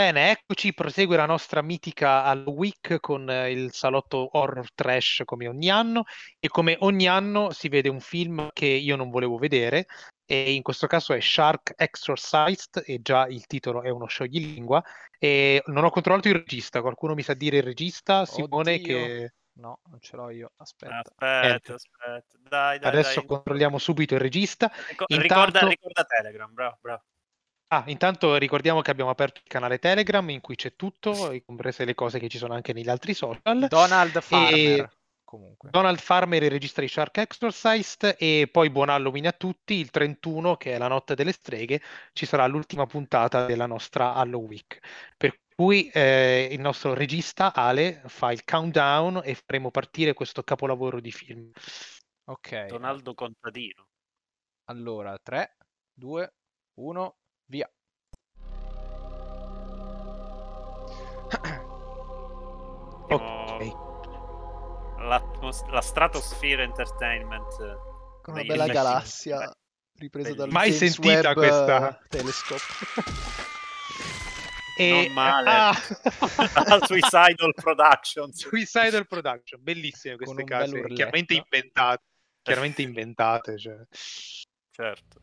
Bene, eccoci, prosegue la nostra mitica Hall Week con il salotto horror trash come ogni anno e come ogni anno si vede un film che io non volevo vedere e in questo caso è Shark Exorcised e già il titolo è uno scioglilingua e non ho controllato il regista, qualcuno mi sa dire il regista? Simone Oddio. che... No, non ce l'ho io. Aspetta. Niente. Aspetta. Dai. Adesso controlliamo subito il regista. Ricorda Intanto... Telegram, bravo. Intanto ricordiamo che abbiamo aperto il canale Telegram in cui c'è tutto, comprese le cose che ci sono anche negli altri social. Donald Farmer, E comunque. Donald Farmer, il regista di Shark Exorcised, e poi buon Halloween a tutti. Il 31, che è la notte delle streghe, ci sarà l'ultima puntata della nostra Halloween Week. Per cui il nostro regista Ale fa il countdown e faremo partire questo capolavoro di film. Ok. Donaldo Contadino. Allora, 3, 2, 1, via. Ok. La Stratosphere Entertainment Con una degli bella Stati galassia Uniti. ripresa dal Mai James sentita Webb questa? Telescope. E... Non male. Suicidal Productions. Suicidal Production, bellissime Con queste un case, bell'urletto. chiaramente inventate, cioè. Certo.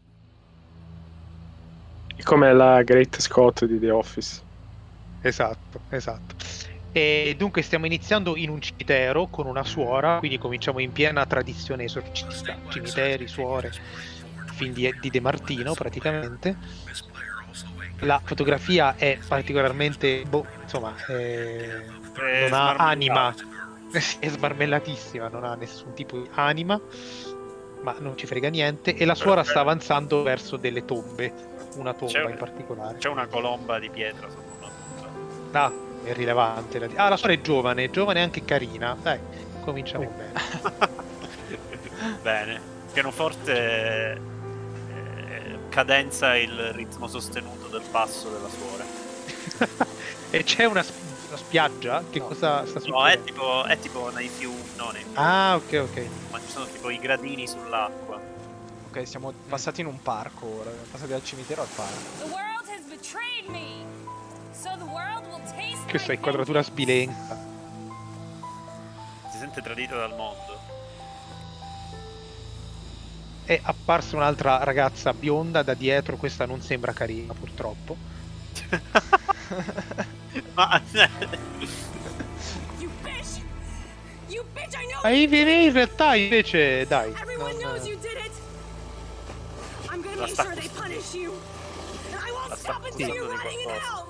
Come la Great Scott di The Office. Esatto. E dunque stiamo iniziando in un cimitero con una suora, quindi cominciamo in piena tradizione esorcista, cimiteri, suore, film di De Martino praticamente. La fotografia è particolarmente, non ha anima, è smarmellatissima, non ha nessun tipo di anima, ma non ci frega niente, e la suora sta avanzando verso delle tombe, una tomba in particolare. C'è una colomba di pietra sotto una punta. È rilevante. La suora è giovane e anche carina. Dai, cominciamo bene. Bene. Pianoforte cadenza il ritmo sostenuto del basso della suora. E c'è una spiaggia? Che cosa sta succedendo? No, è tipo nei fiumi, no nei fiumi. Ok. Ma ci sono tipo i gradini sull'acqua. Ok, siamo passati in un parco ora. Siamo passati dal cimitero al parco. Questa inquadratura sbilenca. Si sente tradito dal mondo. È apparsa un'altra ragazza bionda da dietro. Questa non sembra carina, purtroppo. Ma in realtà invece dai. La sta accusando di qualcosa.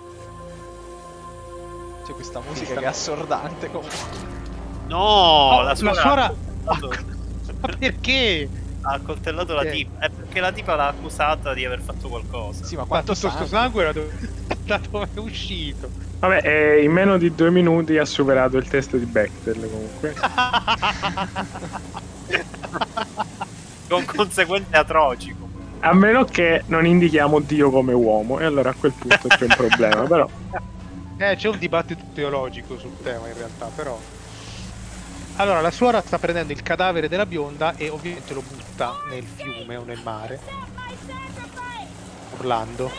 C'è questa musica che è assordante comunque. No, la suora... Ma perché? Ha accoltellato la tipa. È perché la tipa l'ha accusata di aver fatto qualcosa. Sì, ma quanto tutto sto sangue da dove è uscito? Vabbè, in meno di 2 minuti ha superato il test di Bechdel comunque. Con conseguenze atroci comunque. A meno che non indichiamo Dio come uomo, e allora a quel punto c'è un problema, però. C'è un dibattito teologico sul tema in realtà, però. Allora, la suora sta prendendo il cadavere della bionda e ovviamente lo butta nel fiume o nel mare, urlando.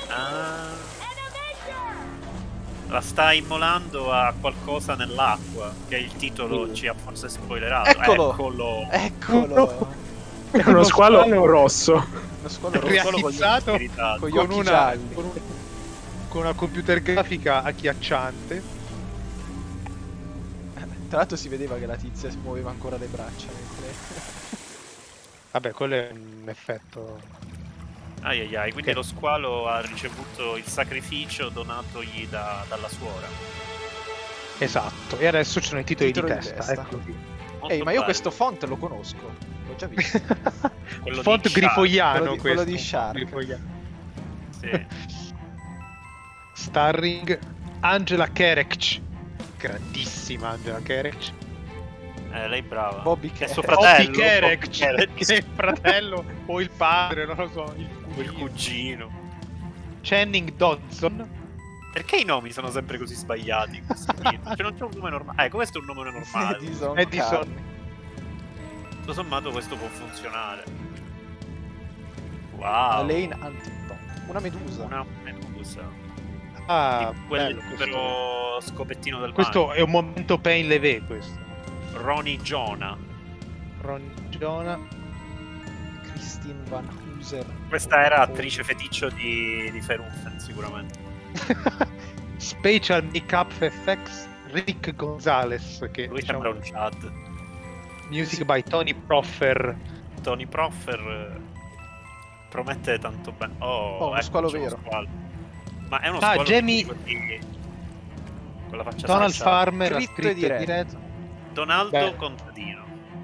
La sta immolando a qualcosa nell'acqua, che il titolo ci ha forse spoilerato. Eccolo! È uno squalo rosso. Uno squalo realizzato con gli occhi gialli. Con una computer grafica agghiacciante. Tra l'altro si vedeva che la tizia si muoveva ancora le braccia mentre... Vabbè, quello è un effetto. Ai, quindi lo squalo ha ricevuto il sacrificio donatogli dalla suora. Esatto, e adesso ci sono i titoli di testa. Ecco. Ehi, ma io questo font lo conosco, l'ho già visto. Font grifoiano, quello di Shark. Sì. Starring Angela Kerekc. Grandissima Angela Kerekc. Lei brava. Bobby è suo fratello. Bobby Kerekc. Che è il fratello o il padre, non lo so. Il cugino. Channing Dodson. Perché i nomi sono sempre così sbagliati in questo film? Cioè non c'è un nome normale. Questo è un nome normale. Edison. Tutto sommato questo può funzionare. Wow. Elaine Huntington. Una medusa. Una medusa. Ah, Di quel bello questo. però scopettino del Questo bagno. è un momento pain levé, questo. Ronnie Jonah. Ron Jonah. Christine Van Hooser. Questa era attrice feticcio di Verhoeven sicuramente. Special Makeup Effects Rick Gonzalez, che Lui diciamo, sembra un Chad. music by Tony Proffer. Tony Proffer promette tanto bene. Oh, uno ecco, squalo c'è uno vero. squalo. Ma è uno Ah, squalo Jamie- con la faccia Donald salsata. Farmer ha Scritto scritto e e diretto. diretto. Donaldo Beh. Contadino.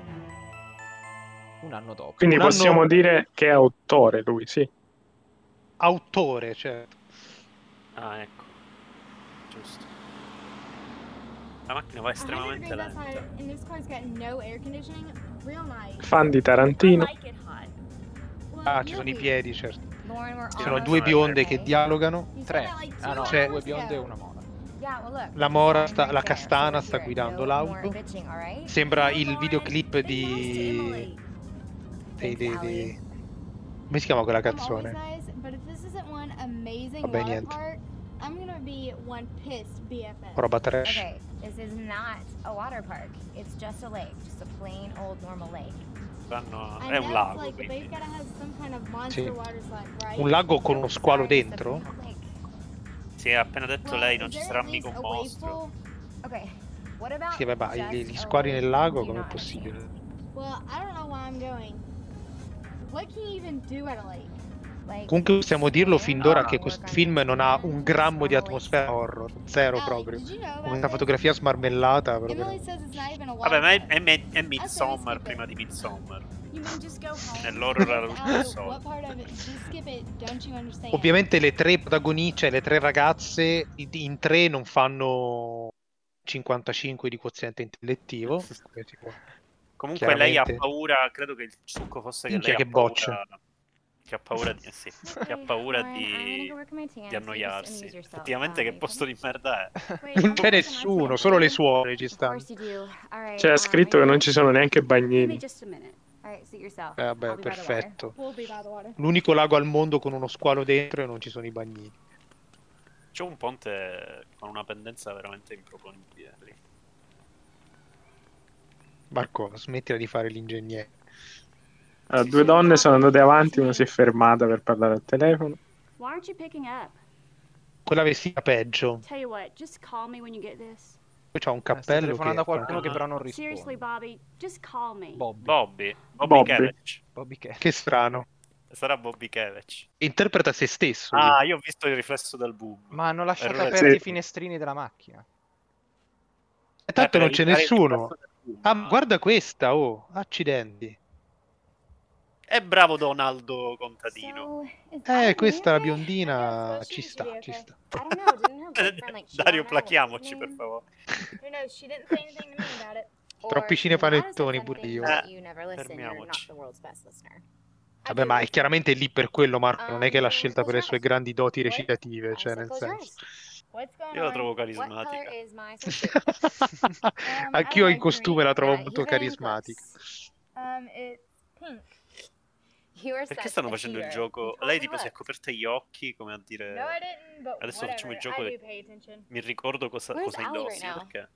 Un anno dopo. Quindi Un anno- possiamo dire che è autore lui, sì. Autore, certo. Ah, ecco. Giusto. La macchina va estremamente 100 degrees lenta. outside, and this car's got no air conditioning. Real nice. Fan di Tarantino. Well, Ah, ci you'll sono i be. piedi, certo. Lauren, we're Ci sono almost due there. bionde che dialogano. You said Tre. that like Ah 2 no, C'è- due hours bionde e ago. una mona. Yeah, well, look, La mora sign sta- right la there, castana so sta we're here. guidando No more l'auto. bitching, all right? Sembra No, il Lauren, videoclip say hello di... to Emily. dei- Thanks, Allie. dei- come si chiama quella I'm always canzone? nice, but if this isn't one amazing Vabbè, water niente. park, I'm gonna be one pissed BFF. Roba trash. Okay, this is not a water park. It's just a lake, just a plain old normal lake. Vanno... I È un know, lago, like, quindi. they've gotta have some kind of monster Sì. water slide, right? Un lago con uno squalo Sorry, just a dentro? plain lake. Sì, ha appena detto Well, lei, non is ci there sarà at mica un least a wave mostro. pool? Okay, what about Sì, vabbè, just gli a squali lake? nel lago, Do com'è not possibile? understand. Well, I don't know why I'm going. What can you even do at a lake? Like, Comunque possiamo dirlo fin d'ora che work questo on film non ha un grammo di normal atmosfera horror, zero Allie, proprio. did you know Come about una this? fotografia smarmellata proprio. Emily says it's not even a Vabbè, ma water è park. Midsommar prima di Midsommar. You mean just go home? Nell'horror alla Allie, luce del what sole. part of it? Just skip it. Don't you understand? Ovviamente le tre protagoniste, cioè le tre ragazze, in tre non fanno 55 di quoziente intellettivo. come si può- Comunque lei ha Chiaramente. paura, credo che il succo fosse che Minchia, lei che ha paura, boccia. che ha paura di, sì, che ha paura Lauren, I'm gonna di, go work on my tan, so you just annoiarsi. amuse yourself. Effettivamente che Bye. posto di merda è? Non c'è nessuno, solo le suore ci Of stanno. course you do. All right, C'è scritto che non ci sono neanche bagnini. All right, suit yourself. Vabbè, I'll be by the water. perfetto. We'll be by the water. L'unico lago al mondo con uno squalo dentro e non ci sono i bagnini. C'è un ponte con una pendenza veramente improponibile lì. Marco, smettila di fare l'ingegnere. Allora, due donne sono andate avanti, una si è fermata per parlare al telefono. Why aren't you picking up? Quella vestita peggio. Tell you what, just call me when you get this. Poi c'ha un Sta cappello telefonando a che... qualcuno che però non Seriously, risponde. Bobby, just call me. Bobby. Bobby Bobby. Kevich. Bobby che? Che strano. Sarà Bobby Kevich. Interpreta se stesso. Ah, io ho visto il riflesso del buco. Ma hanno lasciato Errore. aperti Sì. i finestrini della macchina. E tanto per non c'è evitare il nessuno. riflesso del buco. Ah, guarda questa, oh, accidenti. È bravo Donaldo Contadino. So, is Allie Questa la okay? I biondina guess ci she should sta, be ci okay. sta. I don't know. Didn't her boyfriend like cheat Dario, on her? plachiamoci What's per his favore. name? Who knows? She didn't say anything to me about it. Troppi Or cinepanettoni not pure something io. that you never listen, you're not Fermiamoci. the world's best listener. Vabbè, ma è chiaramente lì per quello, Marco. Non è che l'ha scelta per le close sue your eyes. grandi doti What? recitative, cioè I said nel close your senso. eyes. What's going Io la on? trovo What carismatica. color is my swimsuit? Anch'io I in like costume green. la trovo Yeah, molto you're very carismatica. close. It's pink. You are Perché such stanno a facendo il cheater. gioco? You Lei totally tipo si è looked. coperta gli occhi, come a dire... No, I didn't, but Adesso whatever. facciamo il gioco I e do pay attention. mi ricordo cosa Where's cosa Allie indossi, right now? perché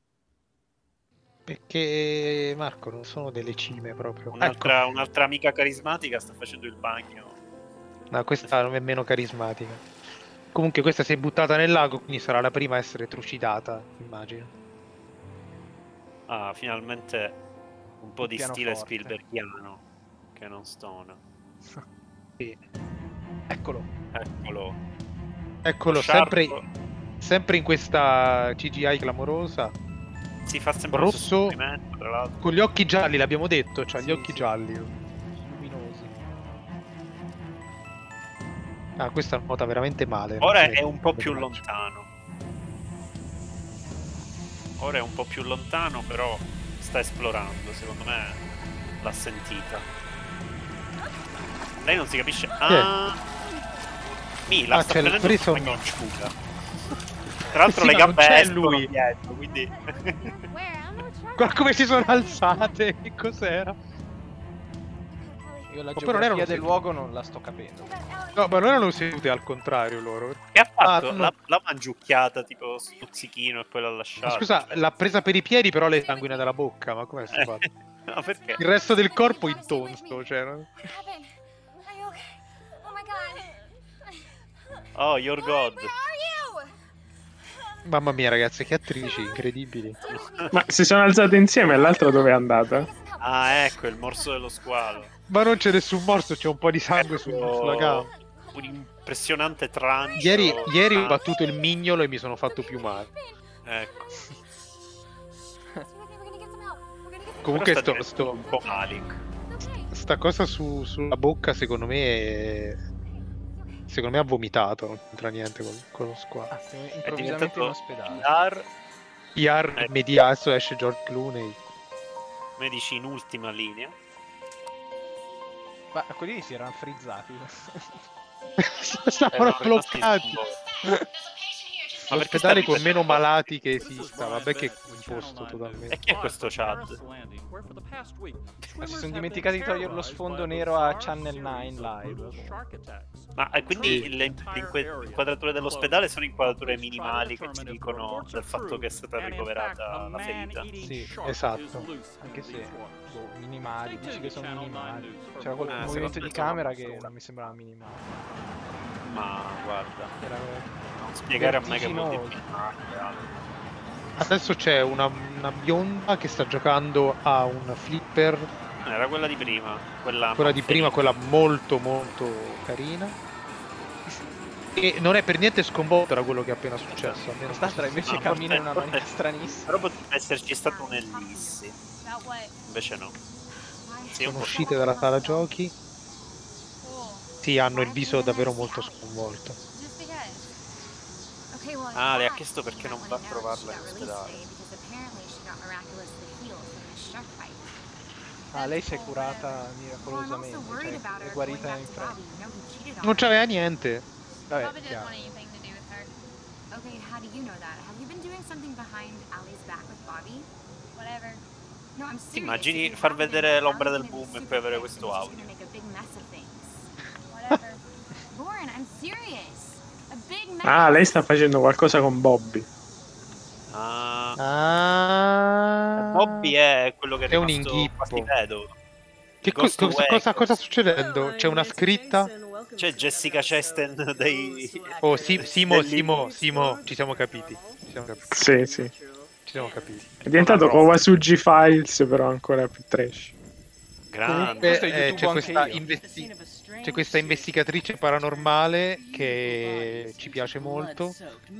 Perché, Marco, non sono delle cime proprio. un'altra amica carismatica sta facendo il bagno. No, questa non è meno carismatica. Comunque questa si è buttata nel lago, quindi sarà la prima a essere trucidata, immagino. Ah, finalmente un po' Il di stile pianoforte. Spielbergiano, che non stona. Sì. Eccolo. Eccolo. Eccolo, Sciarpo. sempre in questa CGI clamorosa. Si fa sempre Rosso. un complimento, tra l'altro. Con gli occhi gialli, l'abbiamo detto, c'ha gli Sì, occhi sì. gialli. Luminosi. Ah, questa è una nota veramente male. Ora non è so un po' come più faccio. lontano. Ora è un po' più lontano, però sta esplorando. Secondo me l'ha sentita. Lei non si capisce. Ah, Mila Ah, sta c'è il prendendo Prison, una no. ghiacciuga. Tra l'altro Sì, le ma non gambe c'è escono lui. dietro, quindi Where? I'm gonna try. Guarda come si sono alzate, che cos'era? Allie, Io la però non erano geografia del seduti. luogo non la sto capendo. No, ma non erano sedute al contrario loro. Che ha fatto? Ah, no. L'ha mangiucchiata tipo stuzzichino e poi l'ha Ma lasciata. scusa, l'ha presa per i piedi, però le sanguina dalla bocca. Ma come sta fatto? No, perché? Il resto del corpo intonso, cioè. No? What happened? Are you okay? Oh my god. Oh, your god. Where are you? Mamma mia, ragazzi, che attrici incredibili. Ma si sono alzate insieme e l'altra dove è andata? Ah, ecco, il morso dello squalo. Ma non c'è nessun morso, c'è un po' di sangue sulla gamba. Un impressionante trancio. Ieri ho battuto il mignolo e mi sono fatto più male. Ecco. Comunque Però sta diventando un sto po' Malik. sta cosa sulla bocca secondo me ha vomitato, non c'entra niente con lo squalo. Siamo È improvvisamente in diventato ospedale. Dar, PR mediato, esce George Clooney. medici in ultima linea. Ma quelli si erano frizzati. Stavano Erano rimasti bloccati. sconvolti. Ma perché L'ospedale sta con meno ripetendo? malati che esista, vabbè che imposto totalmente. E chi è questo Chad? Ma si sono dimenticati di togliere lo sfondo nero a Channel 9 live. Ma quindi Sì. le inquadrature dell'ospedale sono inquadrature minimali che ci dicono del fatto che è stata ricoverata la ferita. Sì, esatto. Anche se minimali, dici che sono minimali. C'era quel secondo movimento me di sono camera che abbastanza. non mi sembrava minimale. Ma guarda, Era non spiegare a me che vuol dire vertiginoso. minimale. Adesso c'è una bionda che sta giocando a un flipper, Era quella di prima, quella quella di prima, quella molto molto carina. E non è per niente sconvolta da quello che è appena successo. Almeno Quest'altra invece No, cammina in una forse- maniera stranissima. Però potrebbe esserci stato un ellissi, About what? invece no. Sì, un sono po' uscite dalla sala giochi. Sì, hanno il viso davvero molto sconvolto. Just because. Okay, well, Ah, le ha I chiesto perché thought non you va a might wanna know trovarla in she got released ospedale. today because apparently she got miraculously healed from the shark fight. Ah, lei si è curata Well, I'm also miracolosamente, worried cioè about è her going guarita back in to fretta. Bobby. You know he cheated on Non her. c'aveva niente. Vabbè, Bobby didn't chiaro. want anything to do with her. Okay, how do you know that? Have you been doing something behind Ali's back with Bobby? Whatever. No, I'm serious. Ti immagini If you far haven't, vedere l'ombra Ali's del gonna be boom e super poi avere pissed questo and she's audio? gonna make a big mess of things. Whatever. Lauren, I'm serious. A big mess. Ah, lei sta facendo qualcosa con Bobby. Ah, Ah. Bobby è quello che è È un rimasto inghippo. quasi vedovo. Che Ghost cosa Wagon. sta succedendo? C'è una scritta? C'è Jessica Chastain dei... Oh, Simo, degli- ci siamo capiti. Ci siamo capiti. Sì, sì. Ci siamo capiti. È diventato Una roba. Kawasuji Files, però ancora più trash. Grande. Comunque Questo è YouTube c'è anche questa io. c'è questa investigatrice paranormale che ci piace molto.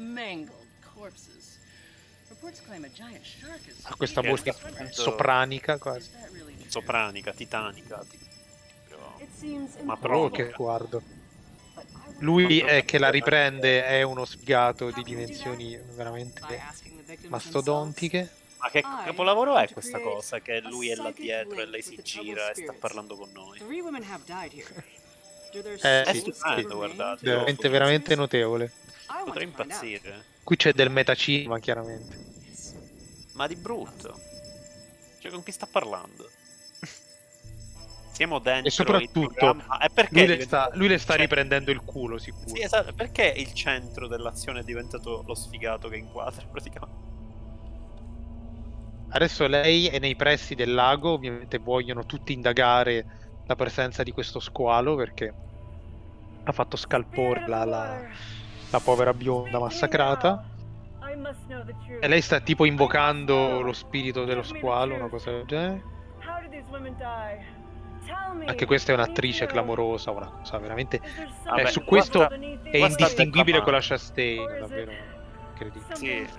Ha questa Che voce sta facendo- sopranica quasi. Sopranica, titanica. Ma Oh, proprio. che guardo. Lui è che la riprende, è uno sfigato di dimensioni veramente mastodontiche. Ma che capolavoro è questa cosa? Che lui è là dietro e lei si gira e sta parlando con noi. È Sì, stupendo, sì. guardate. Veramente, veramente notevole. Potrei impazzire. Qui c'è del metacinema, chiaramente. Ma di brutto. Cioè, con chi sta parlando? Siamo dentro E soprattutto, il programma. E perché lui le sta cioè- riprendendo il culo, sicuro. Sì, esatto. Perché il centro dell'azione è diventato lo sfigato che inquadra praticamente? Adesso lei è nei pressi del lago, ovviamente vogliono tutti indagare la presenza di questo squalo perché ha fatto scalpore la povera bionda massacrata. E lei sta tipo invocando lo spirito dello squalo, una cosa del genere. Anche questa è un'attrice clamorosa, una cosa veramente... Vabbè, su questo qua è sta indistinguibile declamando. con la Chastain, davvero incredibile. Sì,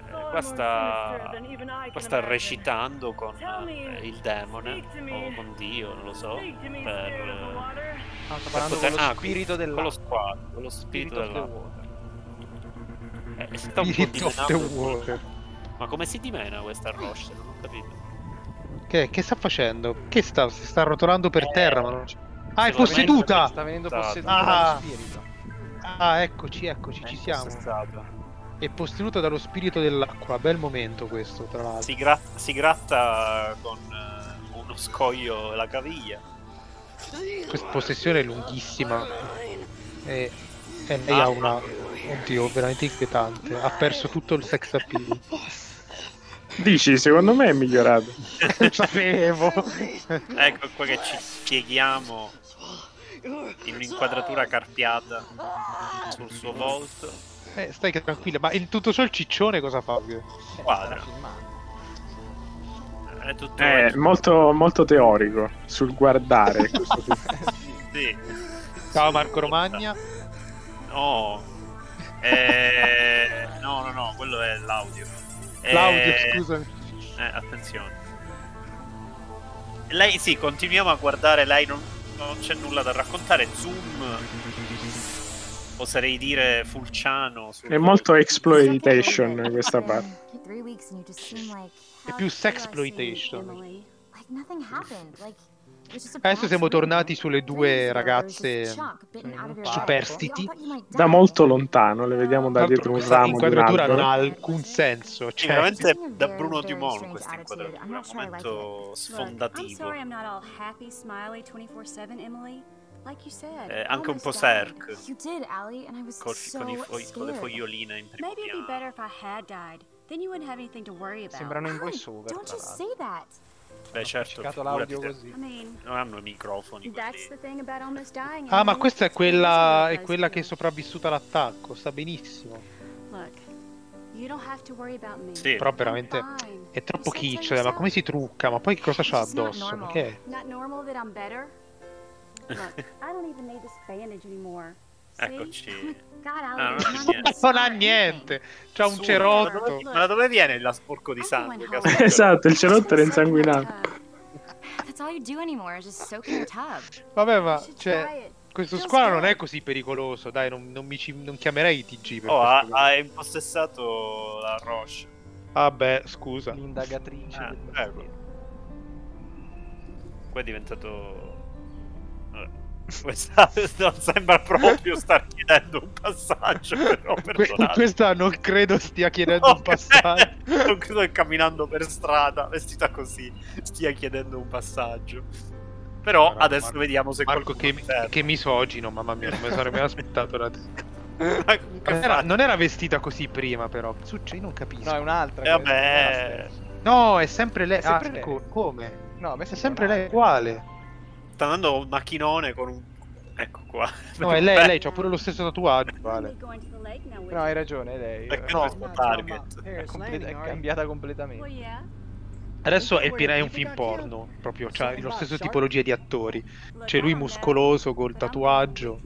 qua sta recitando con il demone o con Dio, non lo so, per Sto parlando con lo spirito con lo dell'acqua. squalo, con lo spirito Spirit of the dell'acqua. water. Si sta un po' Spirit of the dimenando. water. Ma come si dimena questa Roche? Non ho capito. Che sta facendo? Che si sta rotolando per terra, ma non c'è... Ah, è secondo me posseduta! Sta venendo Esatto. posseduta Ah. dallo spirito. Ah, eccoci, ci siamo. Possessata. È posseduta dallo spirito dell'acqua. Bel momento questo, tra l'altro. Si gratta con uno scoglio la caviglia. Questa possessione è lunghissima. E lei ha una... Oddio, veramente inquietante. Ha perso tutto il sex appeal. Dici, secondo me è migliorato. Lo sapevo. Ecco qua che ci spieghiamo in un'inquadratura carpiata sul suo volto. Stai tranquilla, ma in tutto ciò il ciccione cosa fa? Guarda, è tutto È molto, molto teorico sul guardare questo film. sì. Ciao Marco Romagna. No. No, quello è l'audio. L'audio, scusami. Attenzione. Lei sì, continuiamo a guardare, lei non c'è nulla da raccontare. Zoom, oserei dire fulciano. È molto exploitation questa parte. È più sexploitation. Like nothing happened. Like Adesso siamo tornati sulle due ragazze superstiti. Da molto lontano, le vediamo da dietro un Questa ramo di un inquadratura non ha albero. alcun senso. Cioè, veramente da Bruno Dumont questa inquadratura, un momento I'm sfondativo. sorry I'm not all happy, smiley 24/7, Emily. Like you said. Anche un po' Serk, You did, Allie, and I was con so le scared. foglioline in primo Maybe it'd be piano. better if I had died. Then you wouldn't have anything to worry about. Sembrano in Allie, voiceover. don't tra just l'altro. say that. Beh certo, Ciccato figurati l'audio se- così. I mean, non hanno i microfoni that's quelli. the thing about almost dying. Ah, ma Emily. questa è It's amazing quella what è does quella to che è you. sopravvissuta all'attacco, sta benissimo. Look, you don't have to worry about me. Sì. Però veramente I'm fine. è troppo You said so kitsch, ma yourself. come si trucca? Ma poi che cosa c'ha It's not addosso? Ma normal. che è? Not normal that I'm better? Look, I don't even need this bandage anymore. See? Eccoci. God, Ah, Allie, non there's c'è nothing niente. Non ha niente, c'ha un Su, cerotto. Ma da dove viene il sporco di sangue? che ha sul Esatto, il cerotto era insanguinato. That's all you do anymore is just soak in your tub. Vabbè, ma You should cioè, try it. questo Feels squalo non good. è così pericoloso, dai, non chiamerei TG per Oh, questo. ha impossessato la Roche. Vabbè, scusa. L'indagatrice del prego. mistero. Qua è diventato... Vabbè. Questa non sembra proprio star chiedendo un passaggio, però perdonate. Questa non credo stia chiedendo un passaggio. Non credo che camminando per strada, vestita così, stia chiedendo un passaggio. Però No, adesso Marco- vediamo se Marco, qualcuno serve. che misogino, mamma mia, non me sarei mai aspettato da te. Ma comunque Non era vestita così prima, però. Succede, non capisco. No, è un'altra. che vabbè. è la stessa. No, è sempre lei. È sempre Ah, lei. come? No, a me È sembra sempre lei un'altra. uguale. sta andando un macchinone con un... Ecco qua. No, è lei, c'ha pure lo stesso tatuaggio, You're uguale. going to the lake now, would No, you? hai ragione, è lei. Perché No. questo target. È cambiata completamente. Well, yeah. Adesso è un film porno, proprio, c'ha lo stesso tipologia di attori. C'è lui muscoloso col tatuaggio.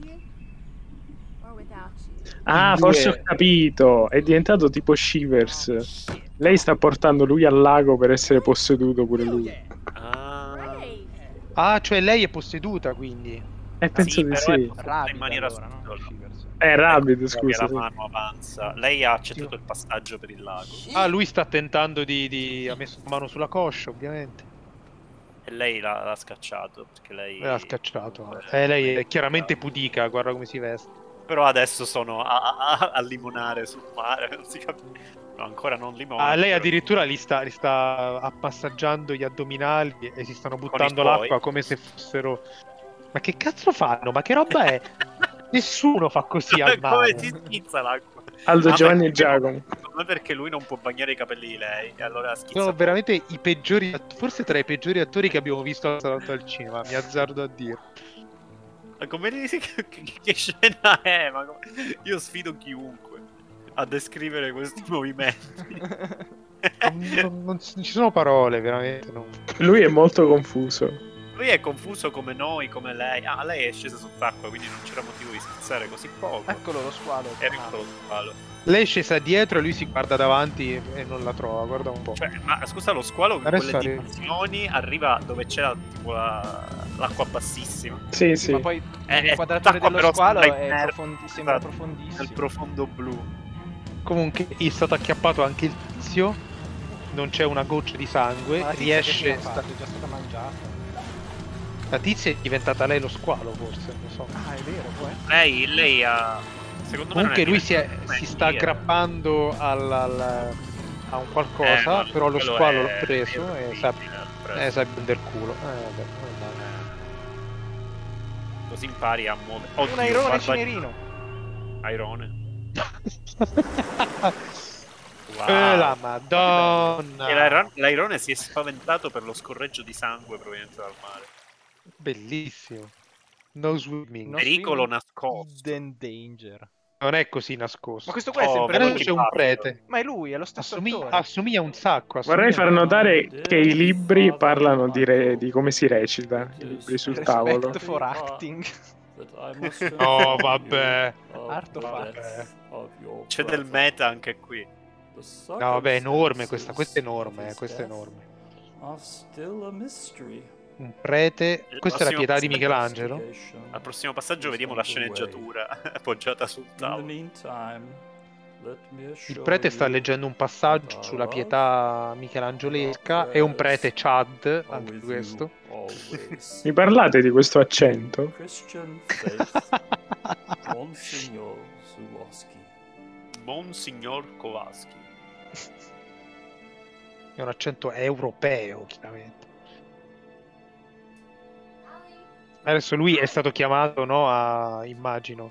Ah, In forse due. ho capito. È diventato tipo Shivers. Lei sta portando lui al lago per essere posseduto pure lui. Ah, Ah, cioè lei è posseduta, quindi. Penso sì, di però sì. è posseduta Rabbit in maniera allora, no? subdola. Shivers. È Rabbit, Perché scusa. la Sì. mano avanza. Lei ha accettato il passaggio per il lago. Ah, lui sta tentando ha messo mano sulla coscia, ovviamente. E lei l'ha scacciato. Perché lei L'ha scacciato. Lei è chiaramente pudica, guarda come si veste. Però adesso sono a limonare sul mare. Non si capisce. No, ancora non limone. Ah, lei però- addirittura li sta appassaggiando gli addominali e si stanno i buttando suoi. l'acqua come se fossero... Ma che cazzo fanno? Ma che roba è? Nessuno fa così al Come mare. si schizza l'acqua? Aldo, Ah, Giovanni e perché- Giacomo. Secondo me perché lui non può bagnare i capelli di lei. E allora schizza. Sono veramente i peggiori, forse tra i peggiori attori che abbiamo visto al cinema, mi azzardo a dire. Ma come che scena è? Ma io sfido chiunque a descrivere questi movimenti. Non ci sono parole, veramente. No. Lui è molto confuso. Lui è confuso come noi, come lei. Ah, lei è scesa sott'acqua, quindi non c'era motivo di schizzare così poco. Eccolo lo squalo. È arrivato lo squalo. Lei è scesa dietro e lui si guarda davanti e non la trova, guarda un po'. Cioè, ma scusa, lo squalo con Adesso quelle arriva. dimensioni arriva dove c'era tipo l'acqua bassissima. Sì, sì. Ma poi È l'inquadratura sott'acqua, dello però squalo sembra è immersa sembra nel profondissimo. profondo blu. Comunque è stato acchiappato anche il tizio, non c'è una goccia di sangue, Ma la tizia che fine riesce... ha fatto? È già stata mangiata. La tizia è diventata lei lo squalo, forse, non so. Ah, è vero, può essere. Lei ha... Secondo me non Comunque è lui diventato si sta come dire. aggrappando a un qualcosa, ma però lo quello squalo è l'ha preso e irreversibile, sa l'ha preso. prendere il culo. Vabbè, vabbè. Così impari a muovere. Un airone cinerino. Airone. Wow. La madonna. E l'airone si è spaventato per lo scorreggio di sangue proveniente dal mare. Bellissimo. No swimming. No Pericolo swimming, nascosto. hidden danger. Non è così nascosto. Ma questo qua è sempre però Adesso lui. c'è un prete. Ma è lui, è lo stesso attore. Assomiglia un sacco. Vorrei far assomiglia- notare che i libri parlano di come si recita, i libri sul tavolo. Respect for acting. Oh, vabbè. Art of C'è del meta anche qui. No, vabbè, è enorme questa è enorme, questa è enorme. Un prete. Questa è la pietà di Michelangelo. Al prossimo passaggio vediamo la sceneggiatura appoggiata sul tavolo. Il prete sta leggendo un passaggio sulla pietà michelangiolesca. È un prete Chad, anche questo. Mi parlate di questo accento? Monsignor Kowalski. È un accento europeo, chiaramente. Adesso lui è stato chiamato, no, immagino.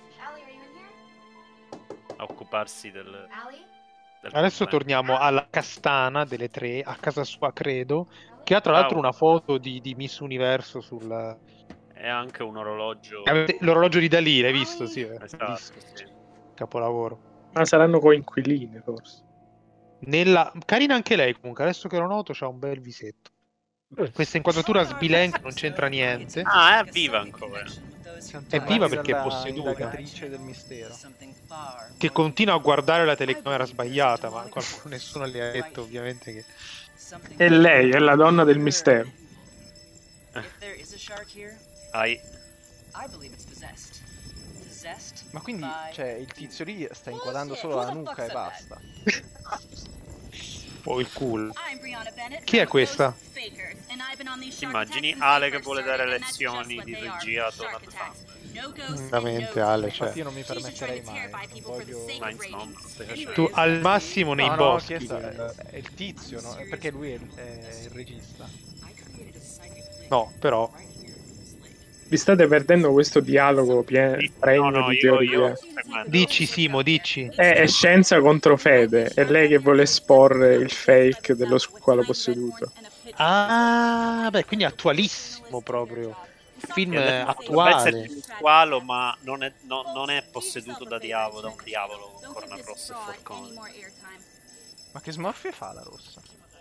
A occuparsi del Adesso problema. torniamo alla Castana delle tre, a casa sua, credo, che ha tra l'altro una foto di Miss Universo sul... È anche un orologio. L'orologio di Dalì, l'hai visto? Sì, Esatto, visto. sì. Capolavoro. Ma saranno coinquiline, forse. Carina anche lei, comunque, adesso che lo noto, c'ha un bel visetto. Questa inquadratura sbilenca non c'entra niente. Ah, è viva ancora. È viva perché è posseduta. Indagatrice del mistero. Che continua a guardare la telecamera sbagliata, ma nessuno le ha detto, ovviamente, che... E lei è la donna del mistero. Hai. Ma quindi, cioè, il tizio lì sta inquadrando solo la nuca e basta. Oh, il culo. Chi è questa? Immagini Ale che vuole dare lezioni di regia a Donald Trump. Veramente, Ale, cioè... Infatti io non mi permetterei mai. Non voglio... Mainz no, non stai facendo. Tu al massimo nei No, boschi. è il tizio, no? Perché lui è il regista. No, però... Vi state perdendo questo dialogo pregno di teoria. Dici, Simo, dici. È scienza contro fede. È lei che vuole esporre il fake dello squalo posseduto. Ah, beh, quindi attualissimo proprio. Film attuale. Un squalo, ma non è posseduto da un diavolo con corna rosse e forconi. Ma che smorfie fa la rossa?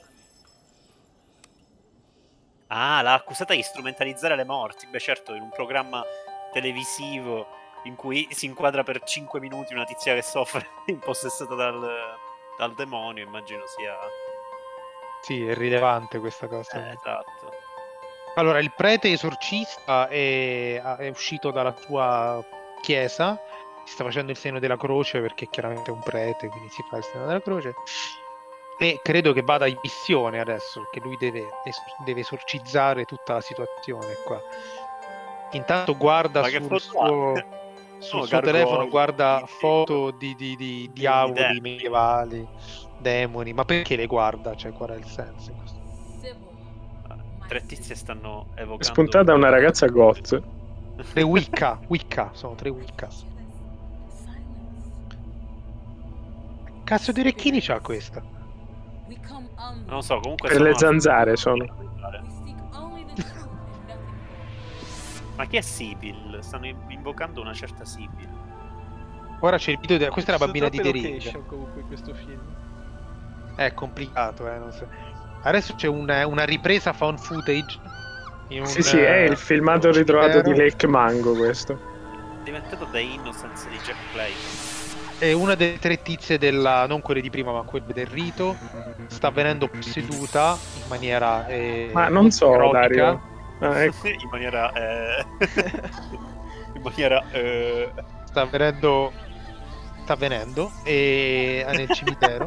Ah, l'ha accusata di strumentalizzare le morti. Beh, certo, in un programma televisivo in cui si inquadra per 5 minuti una tizia che soffre impossessata dal demonio, immagino sia... Sì, è rilevante questa cosa. Esatto. Allora, il prete esorcista è uscito dalla sua chiesa, si sta facendo il segno della croce perché chiaramente è un prete, quindi si fa il segno della croce. E credo che vada in missione adesso, perché lui deve esorcizzare tutta la situazione qua. Intanto guarda sul suo telefono, guarda foto di diavoli medievali, demoni. Ma perché le guarda? Cioè, qual è il senso in questo? 3 tizie stanno evocando... È spuntata una ragazza goth. Le Wicca, sono 3 Wicca. Cazzo di orecchini c'ha questa? Non lo so, comunque... Per le zanzare sono. Ma chi è Sibyl? Stanno invocando una certa Sibyl. Ora c'è il video questa è la bambina di The Ring. Comunque in questo film. È complicato, non so. Adesso c'è una ripresa found footage. Sì, è il filmato ritrovato di Lake Mango questo. È diventato The Innocence di Jack Blake. E una delle 3 tizie non quelle di prima, ma quelle del rito, sta venendo posseduta in maniera ma non so, erotica. Dario. Ecco. In maniera sta avvenendo e nel cimitero.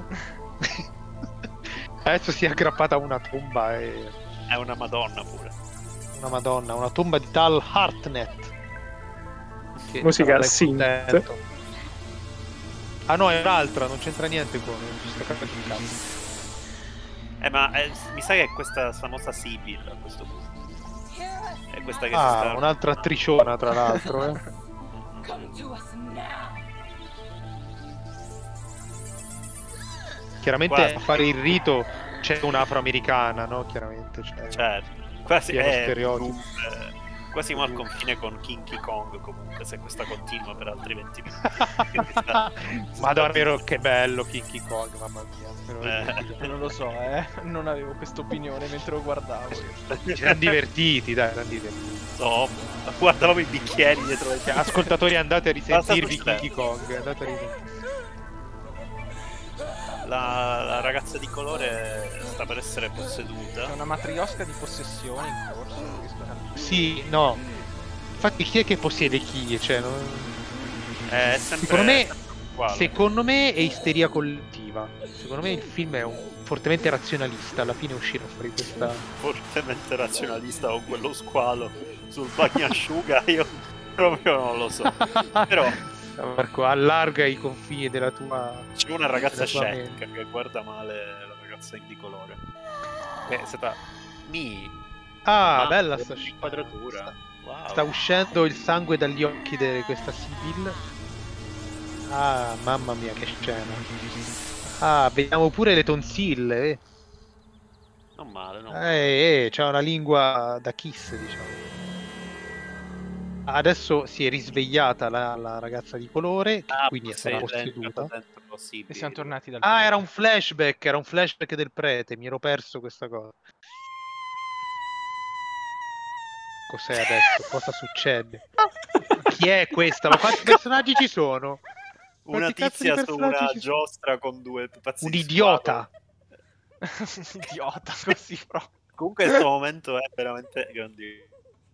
Adesso si è aggrappata a una tomba e... È una madonna pure. Una madonna, una tomba di Tal Hartnett. Musica synth. Ah no, è un'altra, non c'entra niente con questo capo di cazzo. Ma mi sa che è questa famosa Sibyl a questo punto. È questa che si sta... un'altra attriciona, tra l'altro. Chiaramente Quasi. a fare il rito c'è un'afroamericana, no? Chiaramente. Certo. Quasi Pieno è stereotipo. quasi al confine con Kinky Kong, comunque, se questa continua per altri 20 minuti. Madonna, vero, che bello Kinky Kong, mamma mia. Non lo so, non avevo questa opinione mentre lo guardavo. Ci siamo divertiti, dai, siamo divertiti. No, guardavamo i bicchieri dietro le piante. Ascoltatori, andate a risentirvi Basta Kinky Kong, andate a risentirvi. La ragazza di colore sta per essere posseduta. C'è una matriosca di possessione in corso. Non riesco a capire. Sì, no. Infatti chi è che possiede chi? Cioè, È sempre secondo me è isteria collettiva. Secondo me il film è fortemente razionalista. Alla fine uscirà fuori questa... fortemente razionalista con quello squalo sul bagnasciuga. Io proprio non lo so. Però Marco, allarga i confini della tua... c'è una ragazza della tua scettica che guarda male la ragazza in di colore. È stata... bella sta inquadratura. Wow. Sta uscendo il sangue dagli occhi di questa Sibyl. Ah, mamma mia, che scena. Ah, vediamo pure le tonsille. Non male, no? C'ha una lingua da kiss, diciamo. Adesso si è risvegliata la ragazza di colore, che quindi sarà posseduta. E siamo tornati dal Ah, era un flashback del prete, mi ero perso questa cosa. Cos'è adesso? Cosa succede? Chi è questa? Ma quanti personaggi ci sono? Una tizia su una giostra con due pupazzi. Un idiota. Un idiota così proprio. Comunque questo momento è veramente grandioso.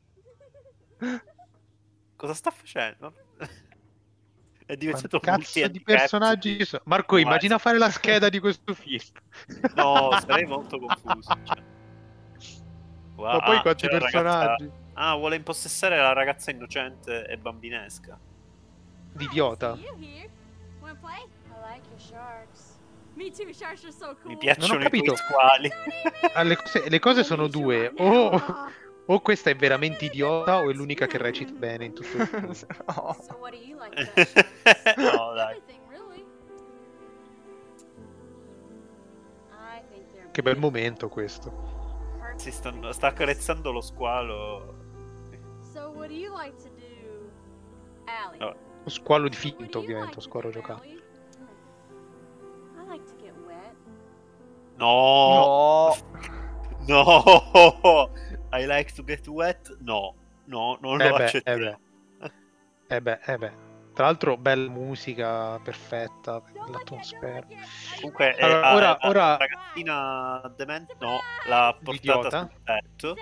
Cosa sta facendo? È diventato cazzo di personaggi ci sono? Marco, immagina fare la scheda di questo film. No, sarei molto confuso. Cioè. Wow, ma poi quanti personaggi? Ragazza... vuole impossessare la ragazza innocente e bambinesca. L'idiota. Mi piacciono non ho capito. I squali. Le cose sono due. O questa è veramente idiota o è l'unica che recita bene in tutto il film. No, dai. Che bel momento questo. Si sta accarezzando lo squalo. No. Lo squalo di finto, ovviamente, lo squalo giocato. No. No. I like to get wet? No, non lo accetterò. Tra l'altro, bella musica, perfetta, l'atmosfera. Comunque, allora, ora... la ragazzina demente, no, l'ha portata sul tetto.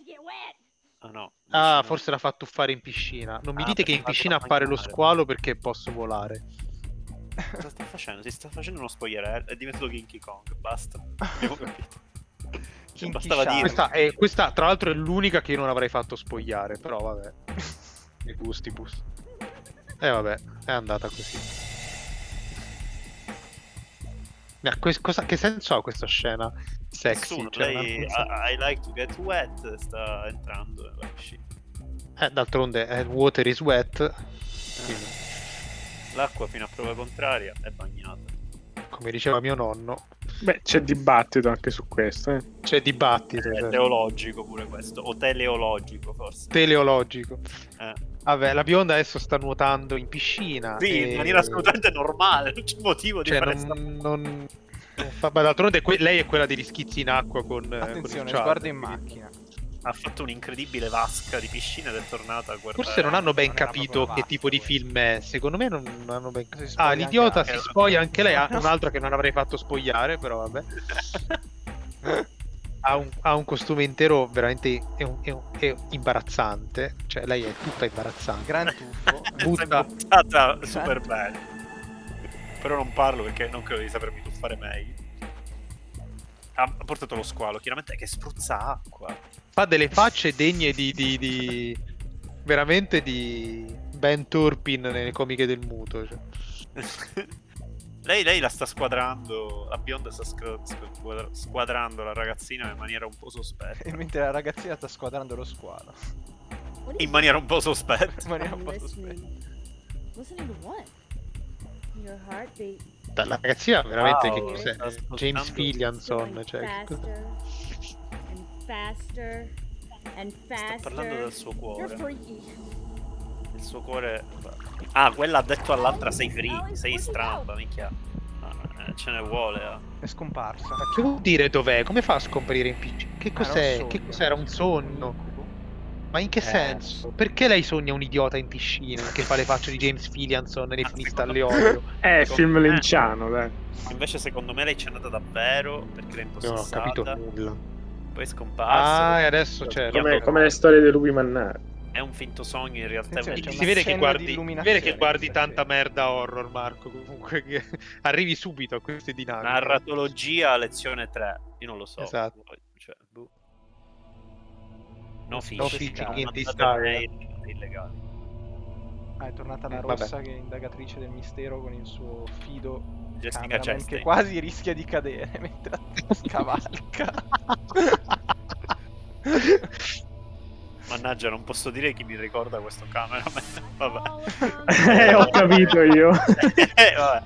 No, forse l'ha fatto tuffare in piscina. Non mi dite che in piscina appare lo squalo perché posso volare. Cosa sta facendo? Si sta facendo uno spoiler, è diventato Kinky Kong, basta. Abbiamo capito. Bastava dire. Questa tra l'altro è l'unica che io non avrei fatto spogliare, però vabbè. I gustibus. Vabbè, è andata così. Ma che senso ha questa scena sexy? Lei, I like to get wet, sta entrando nella piscina. D'altronde water is wet. L'acqua fino a prova contraria è bagnata. Come diceva mio nonno. Beh, c'è dibattito anche su questo. C'è dibattito. È teologico pure questo. O teleologico, forse. Teleologico. Vabbè, la bionda adesso sta nuotando in piscina. Sì, in maniera assolutamente normale. Non c'è motivo di fare d'altronde lei è quella degli schizzi in acqua con... Attenzione, con sguardo in macchina. Ha fatto un'incredibile vasca di piscina ed è tornata a guardare. Forse non hanno ben capito che tipo di film è. Secondo me non hanno ben capito. L'idiota si anche spoglia anche lei. Ha un'altra che non avrei fatto spogliare, però vabbè. Ha un costume intero veramente è imbarazzante. Cioè lei è tutta imbarazzante. Gran tuffo. Buttata super bene. Però non parlo perché non credo di sapermi tuffare meglio. Ha portato lo squalo, chiaramente, che spruzza acqua. Fa delle facce degne di veramente di Ben Turpin nelle comiche del muto. Cioè. Lei la sta squadrando, la bionda sta squadrando la ragazzina in maniera un po' sospetta. E mentre la ragazzina sta squadrando lo squalo. In maniera un po' sospetta. In maniera un po' sospetta. Listening to what? Your heartbeat. La ragazzina veramente Wow, che cos'è? sta ascoltando. James Fillianson, Going cioè. faster and faster and faster. Sta parlando del suo You're cuore. freaky. Il suo cuore... Ah, quella ha detto all'altra sei free, sei stramba, minchia. Ce ne vuole. È scomparsa. Che vuol dire dov'è? Come fa a scomparire in PC? Che cos'è? sogno. Che cos'era? Un sogno? Ma in che senso? Perché lei sogna un idiota in piscina che fa le facce di James Fillianson nei finista alle olio? Film linciano, dai. Invece secondo me lei c'è andata davvero perché era Non ho impossessata. capito nulla. Poi è scomparsa. Ah, e adesso certo. Come le storie di Lupi Mannari. È un finto sogno, in realtà è Attenzione, un c'è Si una vede che scena guardi, di si illuminazione vede che guardi questa tanta serie. merda horror, Marco. Comunque che arrivi subito a queste dinamiche. narratologia lezione 3. Io non lo so. Esatto. Cioè, boh. No No fishing, fishing in this mandate area. mail illegale. Ah, è tornata la Vabbè. rossa che è indagatrice del mistero con il suo fido Jessica cameraman che Chastain. quasi rischia di cadere mentre scavalca. Mannaggia, non posso dire chi mi ricorda questo cameraman. Vabbè. Ho capito io. Vabbè.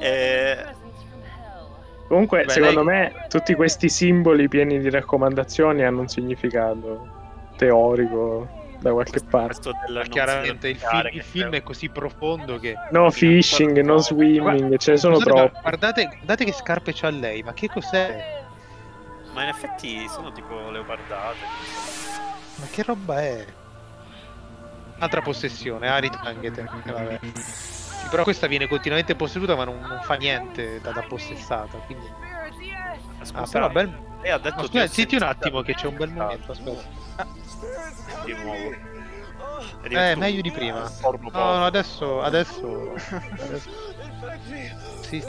Comunque, Beh, secondo lei- me, tutti questi simboli pieni di raccomandazioni hanno un significato teorico da qualche parte. Questo del Ma non chiaramente silenziare, il che film c'è- è così profondo che... No fishing, no swimming, ce ne sono Scusate, ma troppi. guardate che scarpe c'ha lei, ma che cos'è? Ma in effetti sono tipo leopardate. Ma che roba è? Altra possessione, Arid Angete. Vabbè. Sì, però questa viene continuamente posseduta ma non fa niente da possessata, quindi... Ma Ah, scusa, però bel... lei ha detto No, ti scusa, ho zitti un sentita- attimo che c'è un bel momento, aspetta. Di nuovo. È diventato Meglio di un prima. porno No, no, adesso... Sì.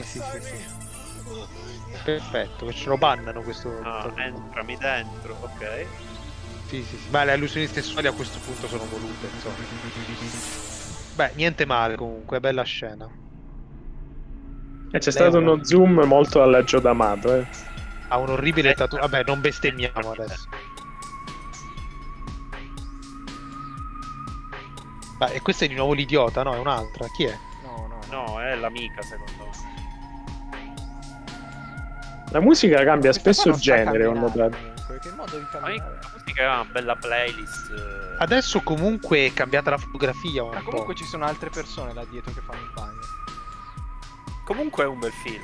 Perfetto, che ce lo bannano questo... Ah, entrami dentro, ok. Sì. Beh, le allusioni sessuali a questo punto sono volute, insomma. Beh, niente male comunque, bella scena. E c'è stato uno zoom molto alla Gio D'Amato, eh. Ha un orribile tatuaggio. Vabbè, non bestemmiamo adesso. Beh, e questa è di nuovo l'idiota, no? È un'altra. Chi è? No. No, è l'amica secondo me. La musica cambia Questa spesso qua non sa genere, ho camminare, notato. comunque, che modo di Ma camminare. la musica è una bella playlist. Adesso comunque è cambiata la fotografia un Ma po'. comunque ci sono altre persone là dietro che fanno il bagno. Comunque è un bel film.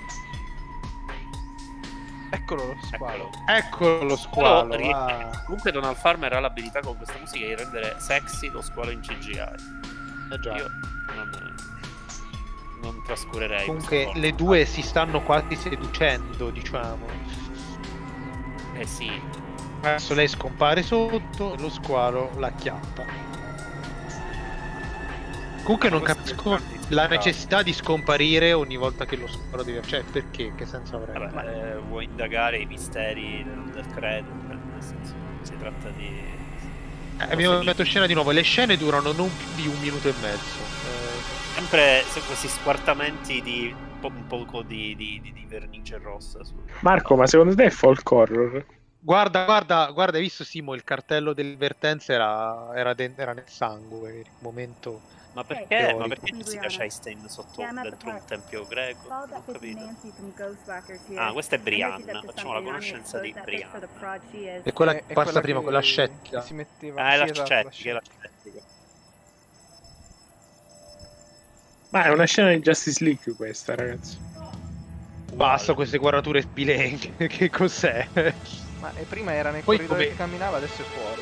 Eccolo lo squalo. Eccolo lo squalo. Però, Ah. Comunque Donald Farmer ha l'abilità con questa musica di rendere sexy lo squalo in CGI. Eh già. Io non trascurerei. Comunque questa le forma. due si stanno quasi seducendo, diciamo. Eh sì. Adesso lei scompare sotto e lo squalo la acchiappa. Comunque non Questo capisco è la bravo. necessità di scomparire ogni volta che lo squalo deve... Cioè, perché? Che senso avrebbe? Vabbè, vuoi indagare i misteri del credo? Nel senso, si tratta di... Abbiamo cambiato scena di nuovo. Le scene durano non più di 1 minuto e mezzo. Sempre questi squartamenti di un poco di vernice rossa. Marco, ma secondo te è folk horror? Guarda, hai visto Simo? Il cartello dell'avvertenza era nel sangue. Il momento... Ma perché teorico. Jessica Chastain sotto dentro un tempio greco? Followed Non up ho with capito. Nancy from Ghostwalkers here. Ah, questa è And Ricky's Brianna. up to Facciamo la something on conoscenza here, di so that bitch for the Brianna. prod she is. E quella che È passa quella prima, che- quella scettica. che si metteva... Ah, è sì, la esatto, scettica, è la scettica. Ma è una scena di Justice League questa, ragazzi. Basta queste guardature sbilenche. Che cos'è? Ma prima era nel Poi corridoio come- che camminava, adesso è fuori.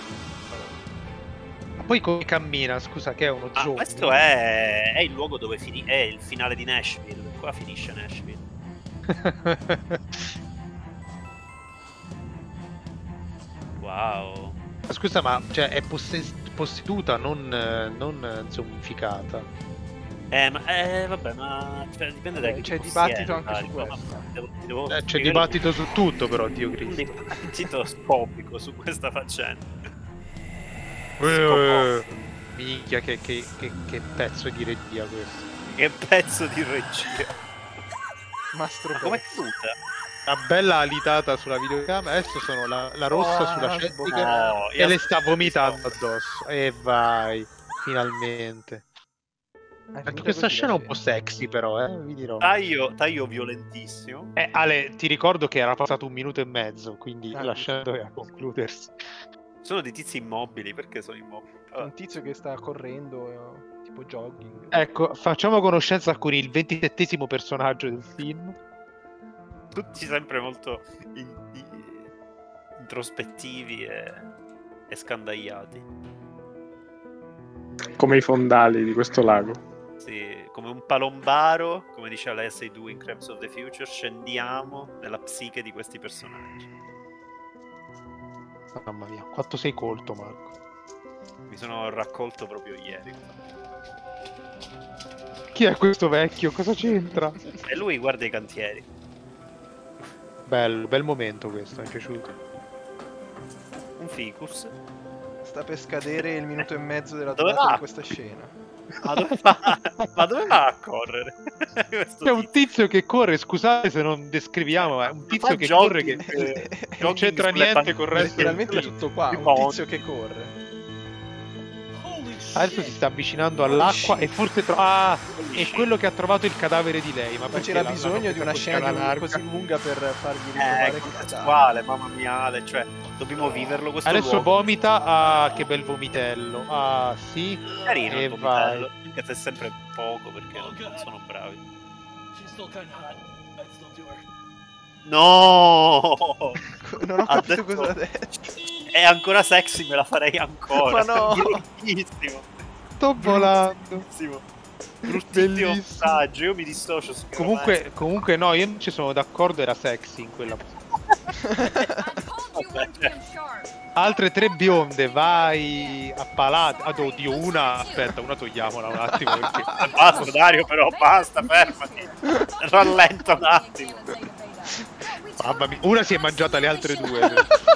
Ma poi come cammina? Scusa, che è uno Ah, zoo? questo è il luogo dove è il finale di Nashville. Qua finisce Nashville. Wow. Scusa, ma cioè, è posseduta, non zombificata. Vabbè, ma cioè, dipende da chi C'è ti dibattito possiede, anche su Dario, questo. ma ti devo C'è spiegare dibattito su tutto, però, Dio un Cristo. dibattito scopico su questa faccenda. Minchia, che pezzo di regia questo. Che pezzo di regia. Mastro Ma com'è Pezzo. caduta? Una bella alitata sulla videocamera. Adesso sono la rossa sulla Cettica No, e le sta vomitando addosso. E vai, finalmente. Anche questa scena è un po' sexy, però, vi dirò. Taglio violentissimo. Ale, ti ricordo che era passato 1 minuto e mezzo, quindi Ah, la scena doveva concludersi. Sono dei tizi immobili, perché sono immobili? Un tizio che sta correndo, tipo jogging. Ecco, facciamo conoscenza con il 27esimo personaggio del film. Tutti sempre molto introspettivi e scandagliati. Come i fondali di questo lago. Sì, come un palombaro, come dice Alessia Du in Crimes of the Future, scendiamo nella psiche di questi personaggi. Mamma mia, quanto sei colto, Marco. Mi sono raccolto proprio ieri. Chi è questo vecchio? Cosa c'entra? E lui guarda i cantieri. Bel momento questo, mi è piaciuto. Un ficus. Sta per scadere il minuto e mezzo della Dove durata va? di questa scena. Ma dove va? Ma dove va a correre? Questo C'è un tizio che corre, scusate se non descriviamo, ma è un tizio Fa che jogging, corre che jogging non c'entra sulle niente col resto del Letteralmente film. tutto qua, un Tipo- tizio che corre. Adesso si sta avvicinando all'acqua e forse è quello che ha trovato il cadavere di lei. Ma Ma perché c'era l'hanno bisogno di una messa scena col canale così arca? lunga per fargli ritrovare il cadavere. Quale, mamma mia, Ale, cioè, dobbiamo viverlo questo Adesso luogo. vomita. Ah, che bel vomitello. Ah, sì. Carino E il vomitello, vai. anche se è sempre poco perché non sono bravi. No! Non ho Ha capito detto- cosa ha detto. È ancora sexy, me la farei ancora. Ma no! Bruttissimo. Sto volando. Bruttissimo. Bruttissimo Bellissimo. passaggio, io mi dissocio sicuramente. Comunque no, io non ci sono d'accordo, era sexy in quella. Altre 3 bionde, vai a palate. Oddio, una. Aspetta, una togliamola un attimo perché. Basta Dario, però basta, fermati. Rallenta un attimo. Mamma mia, una si è mangiata le altre 2.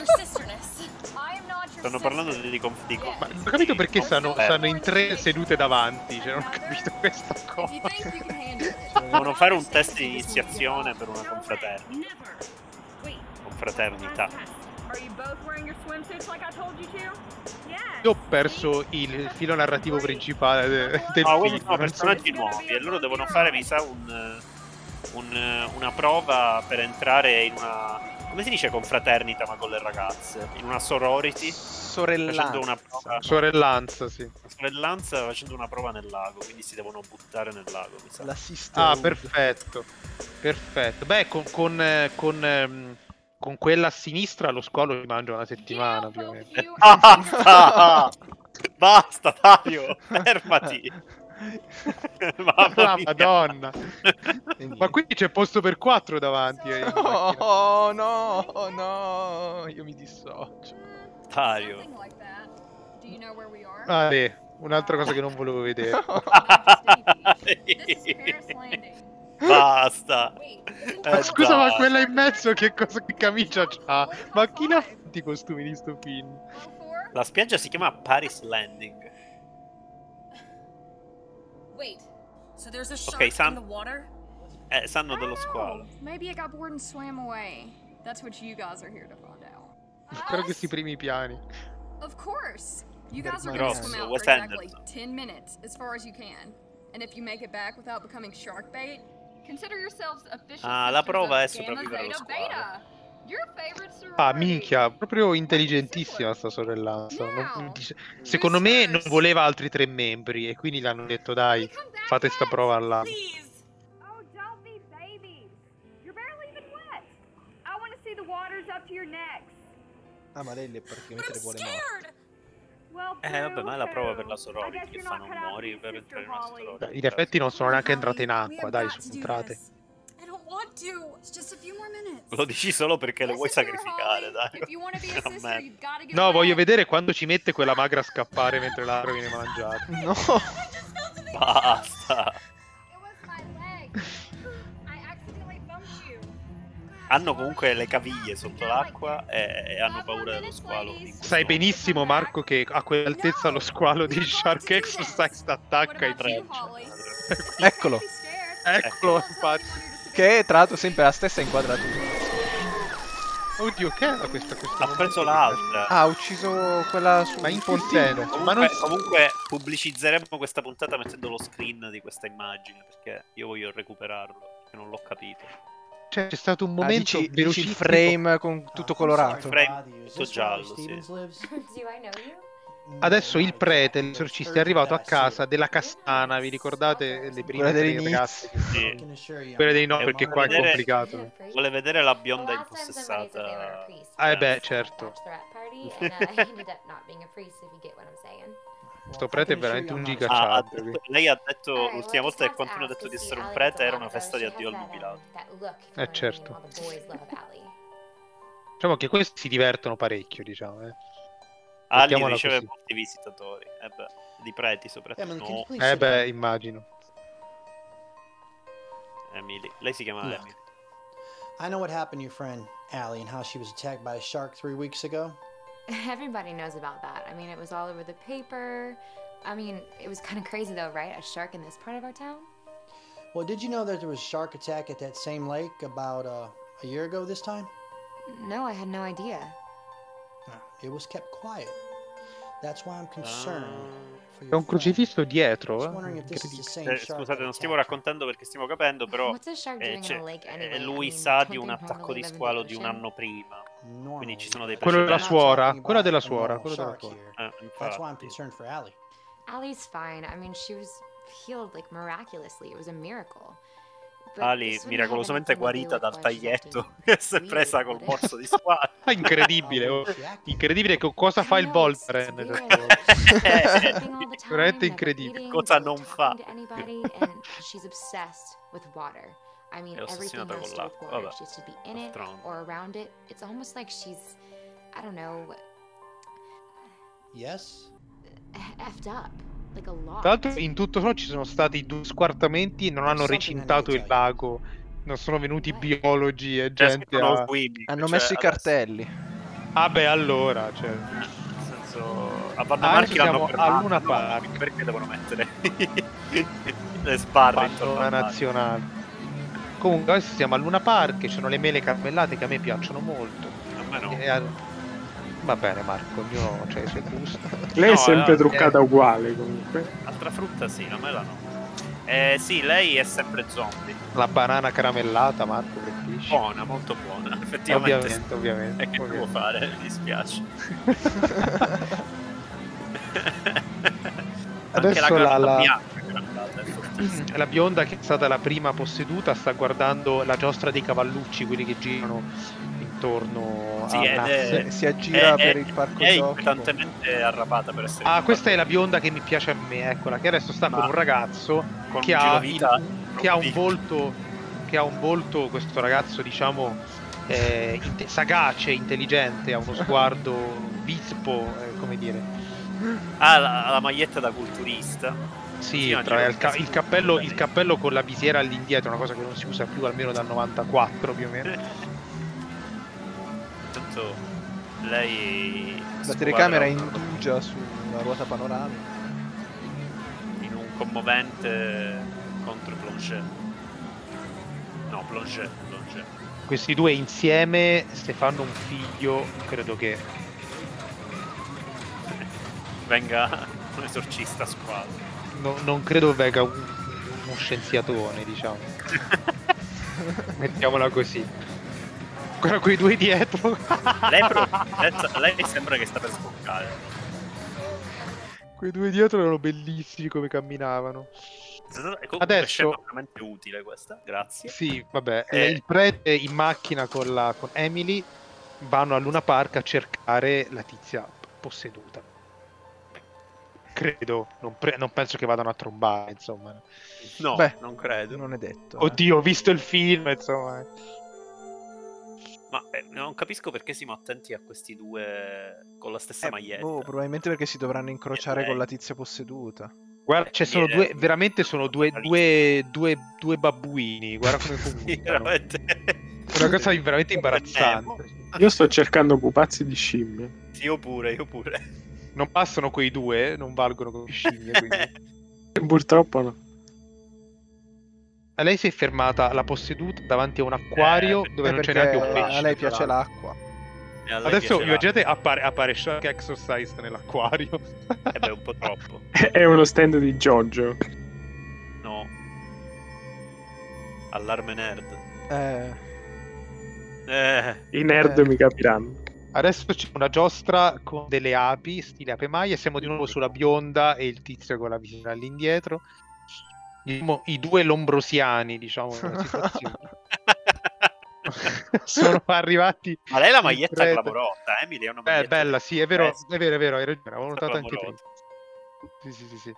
Stanno parlando di Ma non ho capito perché stanno in 3 sedute davanti. Cioè, non ho capito questa cosa. Devono fare un test di iniziazione per una confraternità. Io ho perso il filo narrativo principale del No, quelli film. sono non so- personaggi nuovi e loro devono fare, mi sa, una prova per entrare in una... Come si dice confraternita ma con le ragazze? In una sorority? Facendo una prova... Sorellanza, sì. Una sorellanza facendo una prova nel lago, quindi si devono buttare nel lago, mi sa. La sister. Ah, perfetto. Perfetto. Beh, con quella a sinistra lo squalo li mangia una settimana più o meno. Basta! Basta, Dario! Fermati! Mamma Ah, mia. Madonna. Ma qui c'è posto per 4 davanti. in macchina. Oh no, io mi dissocio. Dario. Un'altra cosa che non volevo vedere. Basta. Ma scusa, ma dai. quella in mezzo che cosa che camicia c'ha? Ma chi l'ha fatto i costumi di sto film? La spiaggia si chiama Paris Landing. Ok, sanno dello squalo. Maybe I got bored and swam away. That's what you guys are here to find out. Spero che si primi piani. Of course. You guys are Grosso, gonna swim out for Wes exactly Anderson. 10 minutes, as far as you can. And if you make it back without becoming shark bait, consider yourselves official Ah, la sisters prova of è Gamma sopravvivere allo Zeta squalo. Beta. Your favorite sorority. Ah, minchia, proprio intelligentissima sta sorellanza. Secondo me non voleva altri 3 membri e quindi l'hanno detto dai, fate sta prova là. Oh, don't be babies. You're barely even wet. I want to see the waters up to your necks. Ah, ma lei le praticamente le vuole morte. Well, Vabbè, ma è la prova per la I sorority guess che you're fa not non cut out to muori be per Sister entrare in una Holly. sorority. In effetti non sono neanche entrate in acqua, dai, sono entrate. I don't want to. It's just a few more minutes. Lo dici solo perché le vuoi Sister sacrificare, Holly, dai. If you want to be a A sister, me. you've got to get No, wet. voglio vedere quando ci mette quella magra a scappare mentre l'altro viene mangiato. No. Basta. It was my leg. I accidentally bumped you. Hanno comunque le caviglie sotto l'acqua e hanno paura dello squalo. in questo Sai momento. benissimo, Marco, che a quell'altezza lo squalo di Shark Exercise t'attacca in What about you, treccia. Holly? Eccolo. Don't be scared. Eccolo, I'll tell infatti. everyone you're just Che tra l'altro sempre la stessa inquadratura. Oddio, che era questa? Ha preso l'altra. Ah, ha ucciso quella su Ma in un che pontino. senso? Comunque pubblicizzeremo questa puntata mettendo lo screen di questa immagine, perché io voglio recuperarlo, perché non l'ho capito. Cioè, c'è stato un Ah, momento dici il velocissimo. frame con tutto colorato. Frame tutto giallo, sì. Do I know you? Adesso il prete, l'esorcista, è arrivato a casa della castana, vi ricordate le prime Quella tre dell'inizio. ragazze? Sì. Quelle dei no, E perché vuole qua è vedere- complicato. Vuole vedere la The bionda last time somebody said they were a impossessata. priest, Ah, I beh, was at a certo. bachelorette party, and I ended up not being a priest, if you get what I'm saying. Sto prete è veramente un giga Ah, chad. lei ha detto Alright, l'ultima well, volta che just have to qualcuno ha ask detto di to essere see un Allie prete era una Gonzalez, festa di she addio al has nubilato. that look, if you know what I mean, certo. all the boys love Allie. Diciamo che questi si divertono parecchio, diciamo. Ali Mettiamola riceve così. molti visitatori, di preti soprattutto. Emily, can you No, please sit down? Immagino. Emily. Lei si chiama Look. Emily. I know what happened to your friend Allie and how she was attacked by a shark 3 weeks ago. Everybody knows about that. I mean, it was all over the paper. I mean, it was kind of crazy though, right? A shark in this part of our town? Well, did you know that there was a shark attack at that same lake about a year ago this time? No, I had no idea. It was kept quiet. That's why I'm concerned for C'è your un crocifisso dietro, Just wondering if this is the same shark Scusate, that non stiamo attacked her. raccontando perché stiamo capendo, però What's a shark doing in a lake anyway? lui I mean, sa di don't un they attacco normally di live in the squalo di un ocean? anno prima. Normally. Quindi ci sono dei Quello della precedenti. suora, Talking quella della about a suora, normal quello della shark suora. here. That's why I'm Infatti. concerned for Allie. Allie's fine. I mean, she was healed like miraculously. It was a miracle. But Ali this wouldn't have miracolosamente anything to do guarita with dal why she's taglietto acting che si è weird, presa col would it? morso di squalo. Ah, incredibile, oh. Incredibile che cosa fa il I know, it's Voltaren weird. certe volte. Sleeping all the time, Veramente never incredibile. eating, Cosa barely non talking fa? to anybody, and she's obsessed with water. I mean, È everything ossessionata has con to do with l'acqua, water. vabbè. She has to be in it D'altronde. or around it. It's almost like she's, I don't know, Yes? effed up, like a lot. Tra l'altro in tutto ciò ci sono stati 2 squartamenti, non hanno recintato il lago, non sono venuti biologi e C'è gente scritto no a... swimming, Hanno cioè, messo i adesso- cartelli. Ah beh, allora, cioè... Nel senso, a Vanna Ah, Marchi adesso l'hanno siamo fermato, a Luna no? Park. Perché devono mettere le sbarre intorno Bandona al mare? nazionale. Comunque adesso siamo a Luna Park, ci sono le mele caramellate che a me piacciono molto. A me no. Va bene Marco, ognuno ha i suoi gusti. Lei No, è sempre no, truccata uguale comunque. Altra frutta sì, la mela no. Sì, lei è sempre zombie. La banana caramellata, Marco, preferisci? Buona, molto buona. Effettivamente. Ovviamente. E che devo fare? Mi dispiace. Adesso Anche la la- bianca caramellata è fortissima. La bionda che è stata la prima posseduta sta guardando la giostra dei cavallucci, quelli che girano intorno Sì, a ed Nasse. è- Si aggira per è- il parco È giochi. inquietantemente arrapata per essere. Ah, questa è la bionda che mi piace a me, eccola, che adesso sta Ma- con un ragazzo con che un ha, girovita che ha un piccolo. volto, questo ragazzo, diciamo, sagace, intelligente, ha uno sguardo vispo, come dire. Ha la maglietta da culturista. Sì, Sì, tra anche il cappello con la visiera all'indietro, una cosa che non si usa più almeno dal 94 più o meno. Intanto lei La telecamera squadra indugia sulla ruota panoramica. in un commovente contro Blanchet. No, Blanchet. Questi due insieme, se fanno un figlio, credo che Venga un esorcista a squadra. non credo venga uno scienziatone, diciamo. Mettiamola così. Ancora quei due dietro. Lei sembra che sta per sboccare. Quei due dietro erano bellissimi come camminavano. Comunque Adesso- è scena veramente utile questa, grazie. Sì, vabbè, Eh. il prete in macchina con Emily vanno a Luna Park a cercare la tizia posseduta. Credo, non penso che vadano a trombare, insomma. No, Beh, non credo. Non è detto. Oddio, ho visto il film, insomma. Ma non capisco perché siamo attenti a questi due con la stessa maglietta. Probabilmente perché si dovranno incrociare lei. con la tizia posseduta. Guarda, sono Viene- due, veramente sono due babbuini, guarda come Sì, comunicano. veramente. È una cosa veramente imbarazzante. Io sto cercando pupazzi di scimmie. Sì, io pure. Non passano quei due, non valgono come scimmie, quindi. Purtroppo no. lei si è fermata alla posseduta davanti a un acquario dove non c'è neanche un pesce. A lei piace l'acqua. E a lei Adesso piace immaginate appare Shark Exorcist nell'acquario. beh, un po' troppo. È uno stand di JoJo. No. Allarme nerd. I nerd mi capiranno. Adesso c'è una giostra con delle api, stile ape maia, siamo di nuovo sulla bionda e il tizio con la visione all'indietro. Diciamo, i due lombrosiani, diciamo, nella situazione. Sono arrivati. Ma lei la maglietta in fretta. clamorosa, Emily, è una maglietta Bella, sì, è vero, Eh, è vero, hai ragione, avevo notato anche prima. clamorosa. Sì.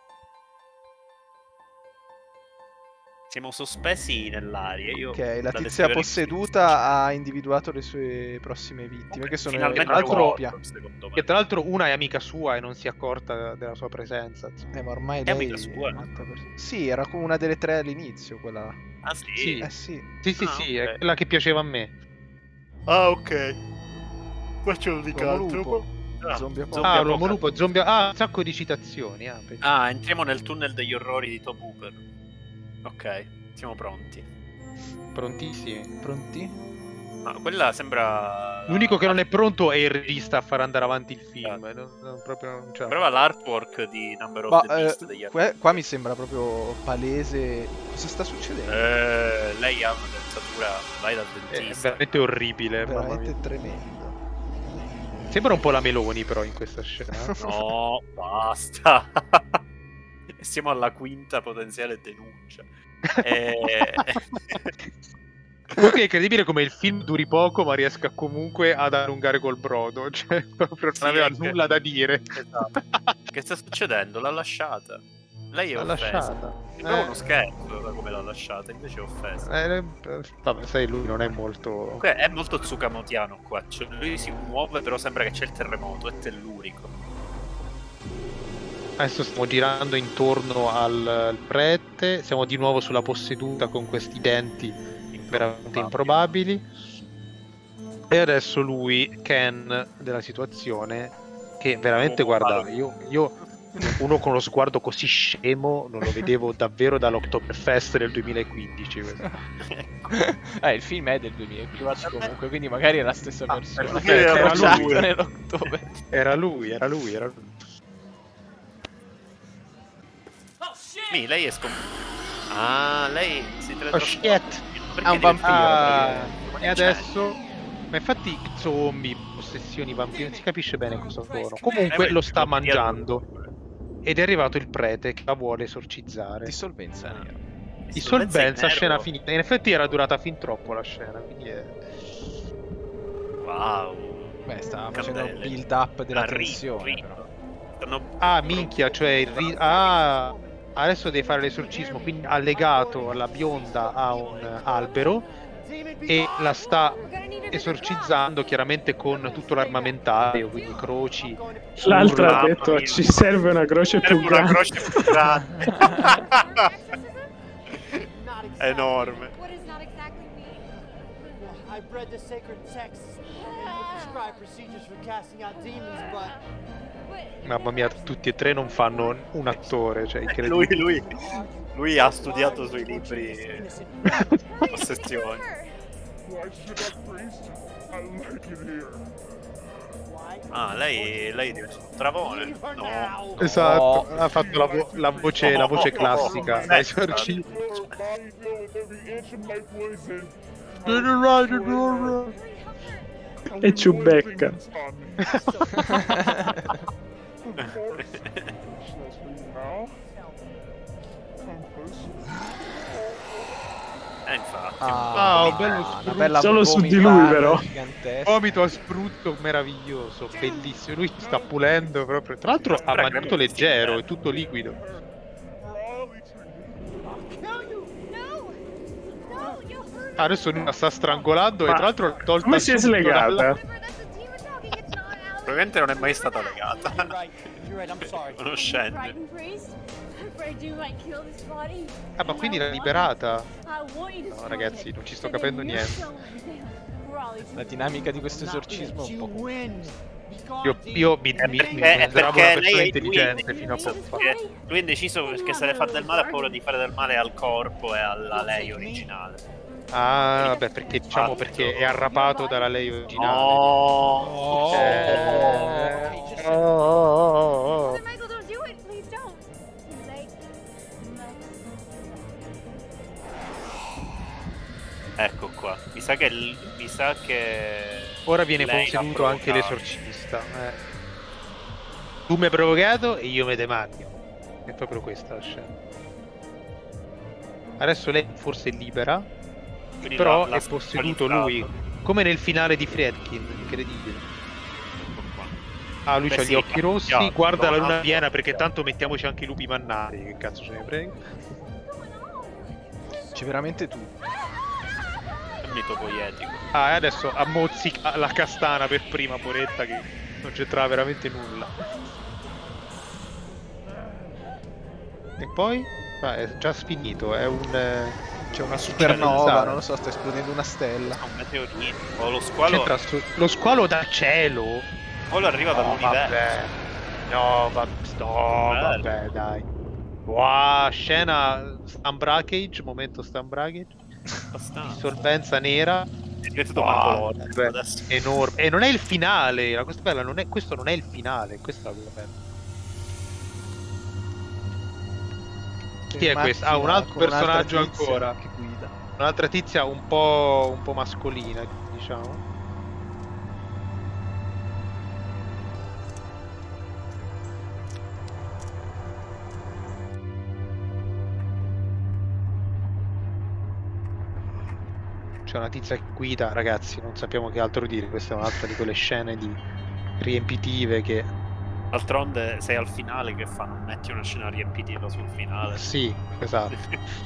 Siamo sospesi nell'aria. Io Ok, la dalle tizia teorie posseduta ha individuato le sue prossime vittime, che sono finalmente una l'altro- coppia. secondo me. Che tra l'altro una è amica sua e non si è accorta della sua presenza. insomma. Ma ormai È lei amica sua? matta sì, era come una delle tre all'inizio, quella. Ah sì? Sì. Sì. Sì, ok. è quella che piaceva a me. Ah ok. Qua c'è un L'uomo lupo, zombie Ah, apocalypse. l'uomo lupo, zombie. Ah, un sacco di citazioni. Ah, entriamo nel tunnel degli orrori di Top Hooper. Ok, siamo pronti. Prontissimi. Pronti? Ma quella sembra... L'unico che non è pronto è il regista a far andare avanti il film. Esatto. Non ce la Sembrava l'artwork di Number Ma, of the Beast degli anni. qua mi sembra proprio palese. Cosa sta succedendo? Lei ha una dentatura, vai dal È dentista. veramente orribile. mamma Veramente mia. tremendo. Sembra un po' la Meloni, però, in questa scena. No, basta. Siamo alla quinta potenziale denuncia. Comunque è incredibile come il film duri poco, ma riesca comunque ad allungare col brodo. Cioè, proprio non Sì, aveva anche- nulla da dire. Esatto. Che sta succedendo? L'ha lasciata. Lei è L'ha offesa. lasciata. Sembrava uno scherzo da come l'ha lasciata, invece è offesa. Vabbè, sai, lui non è molto. Comunque è molto tsukamotiano qua. Cioè, lui si muove, però sembra che c'è il terremoto, è tellurico. Adesso stiamo girando intorno al prete. Siamo di nuovo sulla posseduta con questi denti veramente improbabili. E adesso lui, Ken, della situazione, che veramente, guarda, io uno con lo sguardo così scemo non lo vedevo davvero dall'Oktoberfest del 2015. questo. Il film è del 2015 comunque, quindi magari è la stessa persona. perché che era usata lui. nell'ottobre. Era lui. Lei è Ah, lei si Oh tratta shit! È un vampiro. E adesso... Ma infatti zombie, possessioni, vampiri, non si capisce bene cosa sono. Comunque lo sta mangiando. Ed è arrivato il prete che la vuole esorcizzare. Dissolvenza nera. Dissolvenza, scena finita. In effetti era durata fin troppo la scena, quindi è... Wow. Beh, stava facendo un Candele. build up della Arrivo, tensione. arrivo. Però. Ah, minchia, cioè il adesso deve fare l'esorcismo, quindi ha legato la bionda a un albero e la sta esorcizzando chiaramente con tutto l'armamentario, quindi croci. L'altra ha urla. detto ci serve una croce più Una grande. croce più grande. Enorme. What does not exactly mean? I've read the sacred texts and prescribed procedures for casting out demons, but Mamma mia, tutti e tre non fanno un attore, cioè incredibile. Lui ha studiato sui libri possessioni. Ah, lei diventa un travone. No. Esatto, ha fatto la voce classica da esorcismo. E Ciubecca. Infatti. Bello una bella Solo su di lui, vomitata però. gigantesca. vomito a spruzzo meraviglioso, bellissimo. Lui sta pulendo proprio. Tra l'altro ha mangiato leggero, è tutto liquido. Adesso lui la sta strangolando e tra l'altro l'ha tolta Come si è subito slegata? Probabilmente non è mai stata legata. you're right, I'm sorry. Conoscendo. Frightened priest? I'm afraid you might kill this body. Ah, ma quindi l'ha liberata? I want you to No, stop ragazzi, it. non ci sto And then capendo you're niente. so unfair. We're all easy. La dinamica di questo esorcismo è un po' You win. Io mi consideravo una persona intelligente fino a poco fa. Lui è indeciso perché se le fa del male ha paura di fare del male al corpo e alla lei originale. Ah, vabbè, perché diciamo perché è arrapato dalla lei originale. Michael, don't do it, please don't. Too late. Ecco qua. Mi sa che Ora viene lei posseduto l'ha anche provocato. l'esorcista. Tu mi hai provocato e io me demagno. È proprio questa la scena. Adesso lei forse è libera, Quindi però l'ha è posseduto squalificato. lui. Come nel finale di Friedkin, incredibile. Ah, lui Beh, ha sì, gli occhi rossi, chiaro, guarda la no, luna no, piena no. perché tanto mettiamoci anche i lupi mannari, che cazzo ce ne frega. C'è veramente tu. È un mito poetico. Ah, e adesso ammozzica la castana per prima, poretta, che non c'entrava veramente nulla. E poi? Ah, è già finito, è un... C'è una supernova, supernova, non lo so, sta esplodendo una stella. Un meteorite. O lo squalo. Lo squalo dal cielo? Quello arriva dall'universo. No, vabbè, dai. Wow, scena Stan Brackage, momento Stan Brackage. Dissolvenza nera. È diventato Marco Lord beh, adesso. enorme. E non è il finale, la cosa bella non è, questo non è il finale, questa è la cosa bella. Chi è questo? Ah, un altro personaggio ancora. Che guida. Un'altra tizia un po' mascolina, diciamo. C'è una tizia che guida, ragazzi, non sappiamo che altro dire. Questa è un'altra di quelle scene riempitive che... D'altronde sei al finale, che fa? Non metti una scena riempitiva sul finale? Sì, esatto.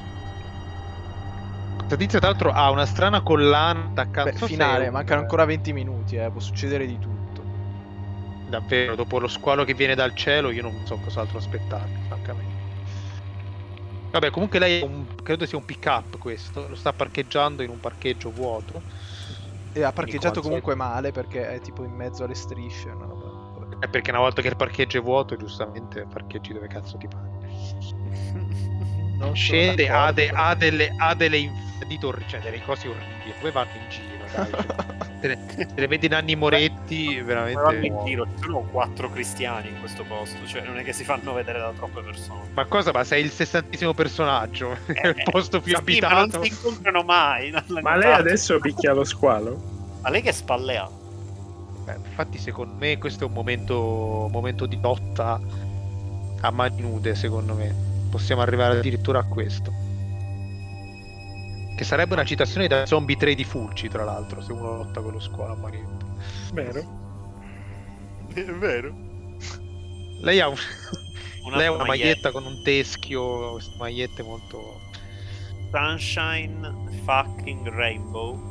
Questa tizia tra l'altro ha una strana collana attaccata. Beh, finale, mancano ancora 20 minuti, può succedere di tutto. Davvero, dopo lo squalo che viene dal cielo, io non so cos'altro aspettarmi, francamente. Vabbè, comunque lei è credo sia un pick up questo, lo sta parcheggiando in un parcheggio vuoto. E ha parcheggiato Quindi comunque male perché è tipo in mezzo alle strisce. Una roba. Perché una volta che il parcheggio è vuoto, giustamente parcheggi dove cazzo ti pare. Non scende, sono ha d'accordo, delle cioè delle cose orribili. Dove vanno in giro? Dai, te le vedi Nanni Moretti, veramente. Vanno in giro, ci sono 4 cristiani in questo posto, cioè non è che si fanno vedere da troppe persone. Ma cosa? Ma sei il 60° personaggio? È il posto più sì, abitato. ma non si incontrano mai. Ma lei adesso picchia lo squalo? Ma lei che spalle ha? Beh, infatti secondo me questo è un momento di lotta a mani nude, secondo me. Possiamo arrivare addirittura a questo. Che sarebbe una citazione da Zombie 3 di Fulci, tra l'altro, se uno lotta con lo squalo a mani nude. Vero? È vero. Lei ha lei ha una maglietta maglietta con un teschio, queste magliette molto... Sunshine fucking Rainbow.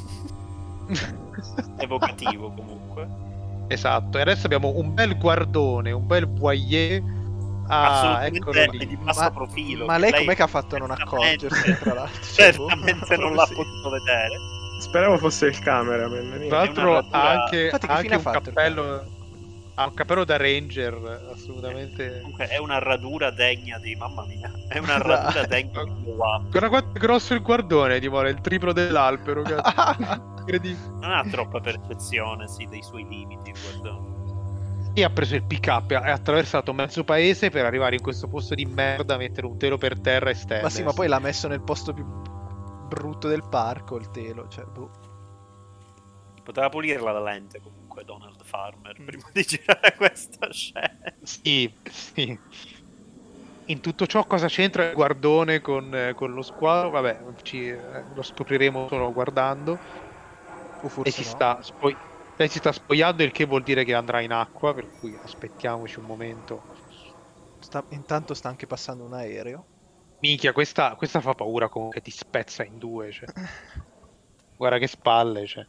Evocativo comunque. Esatto, e adesso abbiamo un bel guardone, un bel voyeur. Ah, eccolo lì. Di basso profilo. Ma lei com'è che ha fatto a non accorgersi, tra l'altro? Certamente non l'ha potuto vedere. Speravo fosse il cameraman. Tra l'altro ha anche, Infatti, che ha fine anche ha un fatto il cappello. Ha un cappello da ranger, assolutamente. Comunque è una radura degna di... Mamma mia. È una radura degna di wow. Guarda quanto è grosso il guardone, dimora, il triplo dell'albero, cazzo. Incredibile. Non ha troppa percezione, sì, dei suoi limiti, guarda. E ha preso il pick up e ha attraversato mezzo paese per arrivare in questo posto di merda, mettere un telo per terra e stelle. Ma sì, ma poi l'ha messo nel posto più brutto del parco, il telo, cioè, boh. Poteva pulirla la lente comunque Donald Farmer prima di girare questa scena. Sì, sì. In tutto ciò cosa c'entra il guardone con lo squalo? Vabbè, lo scopriremo solo guardando. O forse E si no. lei si sta spogliando, il che vuol dire che andrà in acqua, per cui aspettiamoci un momento. Intanto sta anche passando un aereo. Minchia, questa fa paura comunque, ti spezza in due, cioè. Guarda che spalle, cioè.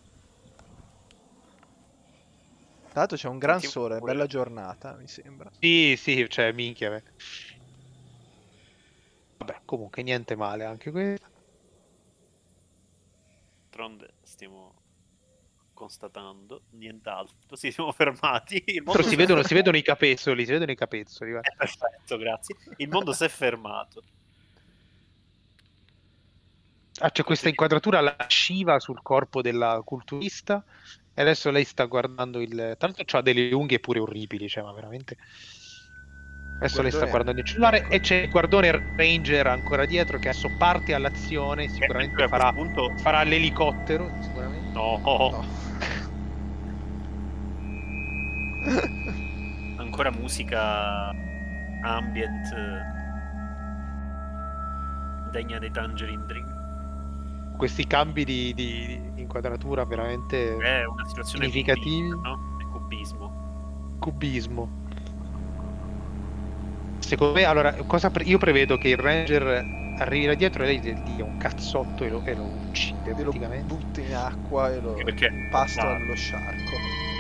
Tra l'altro c'è un gran sole, bella giornata, mi sembra. Sì, sì, cioè, minchia. Vabbè, comunque niente male anche questo. D'altronde stiamo constatando, nient'altro, si siamo fermati. Il Però mondo si vedono i capezzoli, guarda. Perfetto, grazie. Il mondo si è fermato. Ah, c'è questa inquadratura lasciva sul corpo della culturista e adesso lei sta guardando il... Tra l'altro c'ha delle unghie pure orribili, cioè, ma veramente... Adesso lei sta guardando il cellulare e c'è il guardone Ranger ancora dietro che adesso parte all'azione, sicuramente farà l'elicottero, sicuramente. No. Ancora musica ambient degna dei Tangerine Dream. Questi cambi di inquadratura veramente è una situazione significativi, no? È cubismo. Secondo me, allora, io prevedo che il Ranger arrivi là dietro e lei gli dia un cazzotto e lo uccide praticamente. Lo butta in acqua e lo impasta nello sciarco.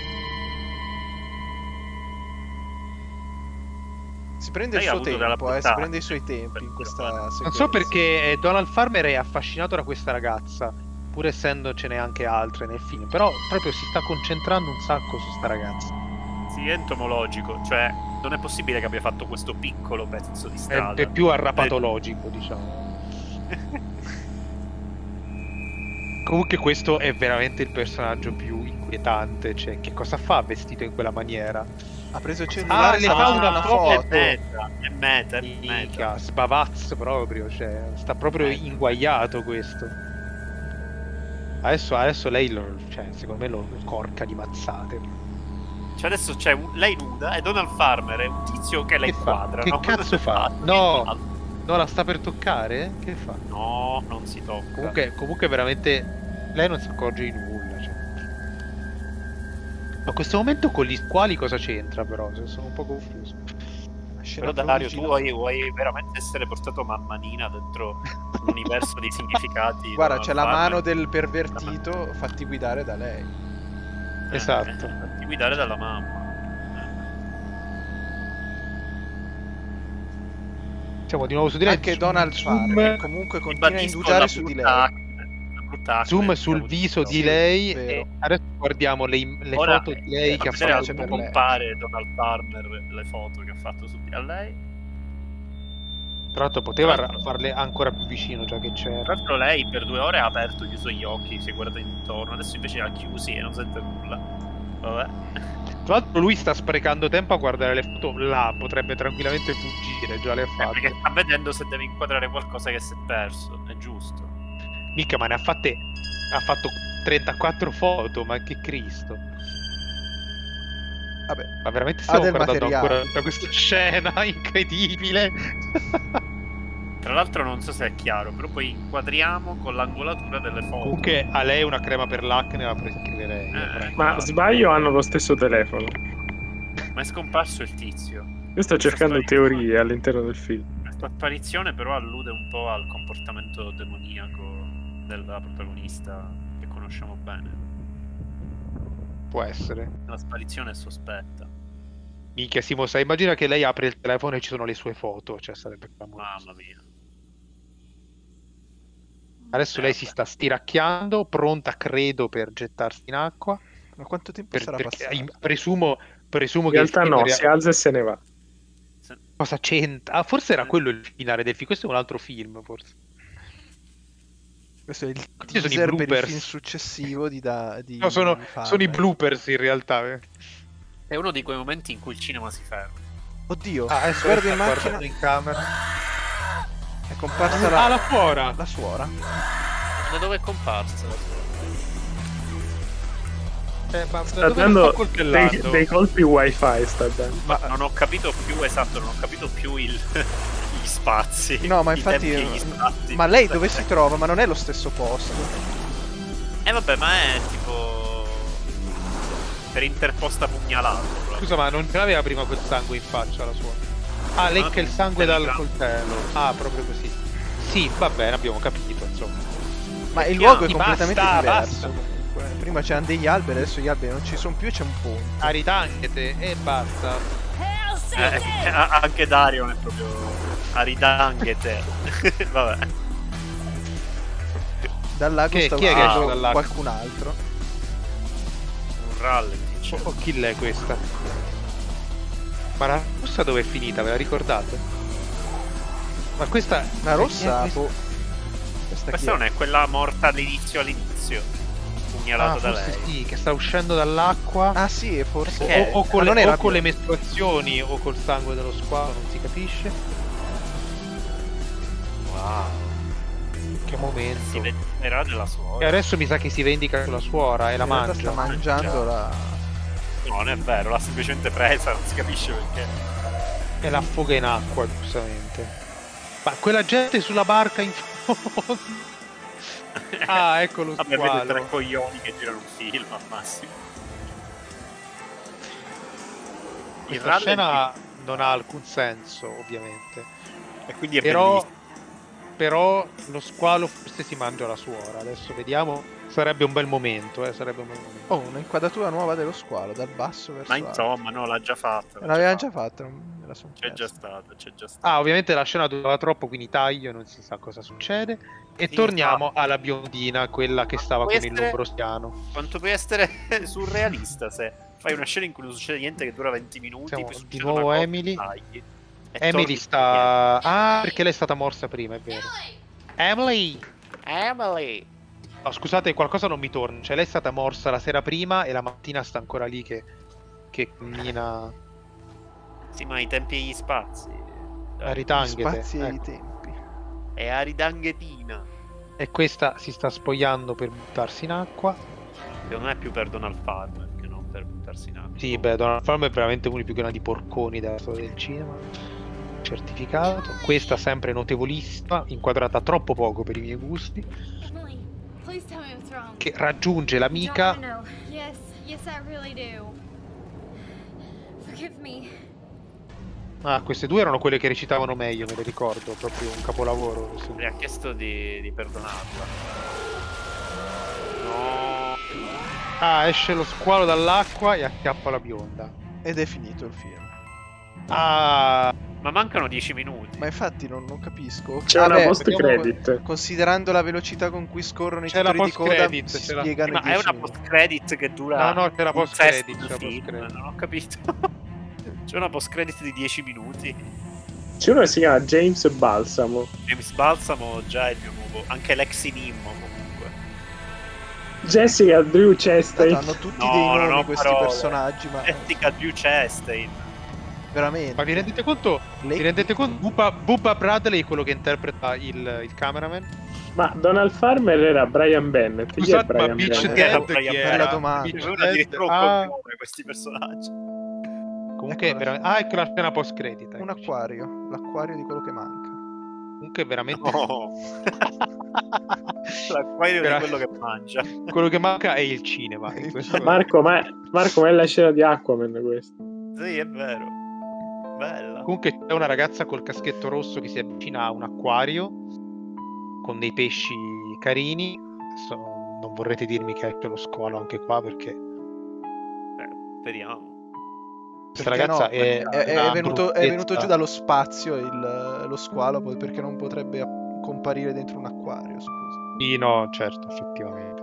Si prende il suo tempo, si prende i suoi tempi in questa sequenza. Non so perché Donald Farmer è affascinato da questa ragazza, pur essendocene anche altre nel film, però proprio si sta concentrando un sacco su sta ragazza. Sì, è entomologico, cioè non è possibile che abbia fatto questo piccolo pezzo di strada. È più arrapatologico, diciamo. Comunque questo è veramente il personaggio più inquietante, cioè che cosa fa vestito in quella maniera? Ha preso il cellulare e le fa una foto. È meta. Sbavazzo proprio, cioè sta proprio inguaiato questo. Adesso lei cioè, secondo me lo corca di mazzate. Cioè adesso c'è lei nuda e Donald Farmer è un tizio che la inquadra. Che cazzo fa? No, la sta per toccare? Che fa? No, non si tocca. Comunque veramente lei non si accorge di nulla, cioè. Ma questo momento con gli squali cosa c'entra però? Sono un po' confuso. Però Dario, tu vuoi veramente essere portato mammanina dentro un universo di significati. Guarda, c'è la mano del pervertito, fatti guidare da lei. Esatto. Fatti guidare dalla mamma. Siamo di nuovo su di lei. Anche Donald Farmer comunque continua a indugiare su di lei. Zoom sul viso di lei e adesso guardiamo le foto di lei che ha fatto per compare Donald Farmer, le foto che ha fatto su a lei. Tra l'altro poteva farle ancora più vicino già che c'era. Tra l'altro lei per 2 ore ha aperto e chiuso gli occhi, si è guardato intorno, adesso invece li ha chiusi e non sente nulla. Vabbè. Tra l'altro lui sta sprecando tempo a guardare le foto là, potrebbe tranquillamente fuggire, già le ha fatte. Perché sta vedendo se deve inquadrare qualcosa che si è perso, è giusto. Mica, ma ha fatto 34 foto, ma che Cristo. Vabbè, ma veramente stiamo guardando ancora tutta questa scena incredibile. Tra l'altro non so se è chiaro, però poi inquadriamo con l'angolatura delle foto. Comunque a lei una crema per l'acne la prescriverei. Ma sbaglio, hanno lo stesso telefono. Ma è scomparso il tizio. Io sto cercando teorie all'interno del film. Questa apparizione però allude un po' al comportamento demoniaco della protagonista che conosciamo bene. Può essere. La sparizione è sospetta. Minchia, Simo, sai, immagina che lei apre il telefono e ci sono le sue foto, cioè sarebbe clamoroso. Mamma mia. Adesso lei si sta stiracchiando, pronta, credo, per gettarsi in acqua. Ma quanto tempo sarà passato? Presumo in realtà no, si alza e se ne va. Cosa c'entra? Ah, forse era quello il finale del film, questo è un altro film, forse. Questo è il teaser per il film successivo di no, sono i bloopers in realtà. È uno di quei momenti in cui il cinema si ferma. Oddio, guarda in macchina, in camera. È comparsa la suora. La suora. Da dove è comparsa la suora? Ma sta dando dei colpi wifi, sta dando. Ma non ho capito più gli spazi. No, ma infatti ma lei dove si trova? Ma non è lo stesso posto. Vabbè, ma è tipo per interposta pugnalata. Scusa, ma non ce l'aveva prima quel sangue in faccia la sua? Ah, lecca il sangue dal coltello. Ah, proprio così. Sì, va bene, abbiamo capito, insomma. Ma il luogo è completamente diverso. Prima c'erano degli alberi, adesso gli alberi non ci sono più, c'è un ponte. Aridanghete e basta. Anche Dario è proprio aridanghete. Vabbè. Dal lago sta uscendo qualcun altro. rallenti. Cioè. Oh, chi l'è questa? Ma la rossa dove è finita? Ve la ricordate? Ma questa... La rossa... Chi è questa? Questa non è quella morta all'inizio. Pugnalata da forse lei. sì, che sta uscendo dall'acqua. Ah sì, forse... Perché? O con, non le, era o con le più- mestruazioni o col sangue dello squalo, non si capisce. Wow. Che momento. Si venderà della E suora. adesso mi sa che si vendica con la suora e la in realtà mangia. sta mangiando la... No, non è vero, l'ha semplicemente presa, non si capisce perché. E la affoga in acqua, giustamente. Ma quella gente sulla barca in fondo. Ah, ecco lo Vabbè, vedo tre squalo. coglioni che girano un film al massimo. Il Questa rallenti- scena non ha alcun senso, ovviamente. E quindi è Però, bellissimo. però lo squalo forse si mangia la suora. Adesso vediamo. Sarebbe un bel momento, sarebbe un bel momento. Oh, un'inquadratura nuova dello squalo, dal basso verso Ma l'alto. insomma, no, l'ha già fatta. L'aveva già fatta, non me la son C'è già persa. stata, c'è già stata. Ah, ovviamente la scena durava troppo, quindi taglio, non si sa cosa succede. E Sì, torniamo no. alla biondina, quella che stava puoi con il essere- lombrosiano. Quanto puoi essere surrealista se fai una scena in cui non succede niente che dura 20 minuti, Siamo poi di succede nuovo una cosa, Emily. tagli, e Emily torni sta... Ah, perché lei è stata morsa prima, è vero. Emily! Emily! No, scusate, qualcosa non mi torna. Cioè, lei è stata morsa la sera prima e la mattina sta ancora lì che cammina Sì, ma i tempi e gli spazi. a ritanghete. Spazi e i Ecco. tempi. È aridanghetina. E questa si sta spogliando per buttarsi in acqua. Secondo me è più per Donald Farmer che non per buttarsi in acqua. Sì, beh, Donald Trump è veramente uno dei più grandi porconi della storia del cinema. Certificato. Questa sempre notevolissima, inquadrata troppo poco per i miei gusti. Emily, please tell me what's wrong. Che raggiunge I don't l'amica. wanna know. Yes, yes, I really do. Forgive me. Ah, queste due erano quelle che recitavano meglio, me le ricordo. Proprio un capolavoro. queste due. Le ha chiesto di perdonarla. No. Ah, esce lo squalo dall'acqua e acchiappa la bionda. Ed è finito il film. Ah, Ma mancano 10 minuti. Ma infatti non capisco. C'è Vabbè, una post credit. considerando la velocità con cui scorrono i C'è la titoli di coda, post-credit, si c'è la- spiegano Ma i è 10 una minuti. post-credit che dura. No, c'è la un post-credit, sesto c'è la di film, post-credit. non ho capito. C'è una post-credit di 10 minuti. C'è uno che si chiama James Balsamo. James Balsamo già è il mio nuovo. Anche Lexi Nimmo comunque. Jessica Drew Tanto Chastain. hanno tutti No, dei non nomi ho questi parole. personaggi, ma Jessica Drew Chastain. veramente. ma vi rendete conto? Lei- Vi rendete conto? Bubba Bradley è quello che interpreta il cameraman. Ma Donald Farmer era Brian Bennett. Chi è Scusate, ma Brian Beach Bennett? Dead. Dead chi Bella era? domanda. Beach C'è una Dead, addirittura un ah, cognome questi personaggi. comunque Ecco la- veramente... Ah, ecco la scena post credit. Un acquario, l'acquario di quello che manca. Comunque è veramente No. L'acquario Vera- di quello che mangia. quello che manca è il cinema. in Il questo Marco, ma è la scena di Aquaman questa. Sì, è vero. Bella. Comunque c'è una ragazza col caschetto rosso che si avvicina a un acquario con dei pesci carini. Adesso non vorrete dirmi che esce lo squalo anche qua perché Speriamo. questa Perché ragazza no? è, È una venuto bruttezza. giù dallo spazio lo squalo, poi perché non potrebbe comparire dentro un acquario, scusa. Sì, no, certo, effettivamente.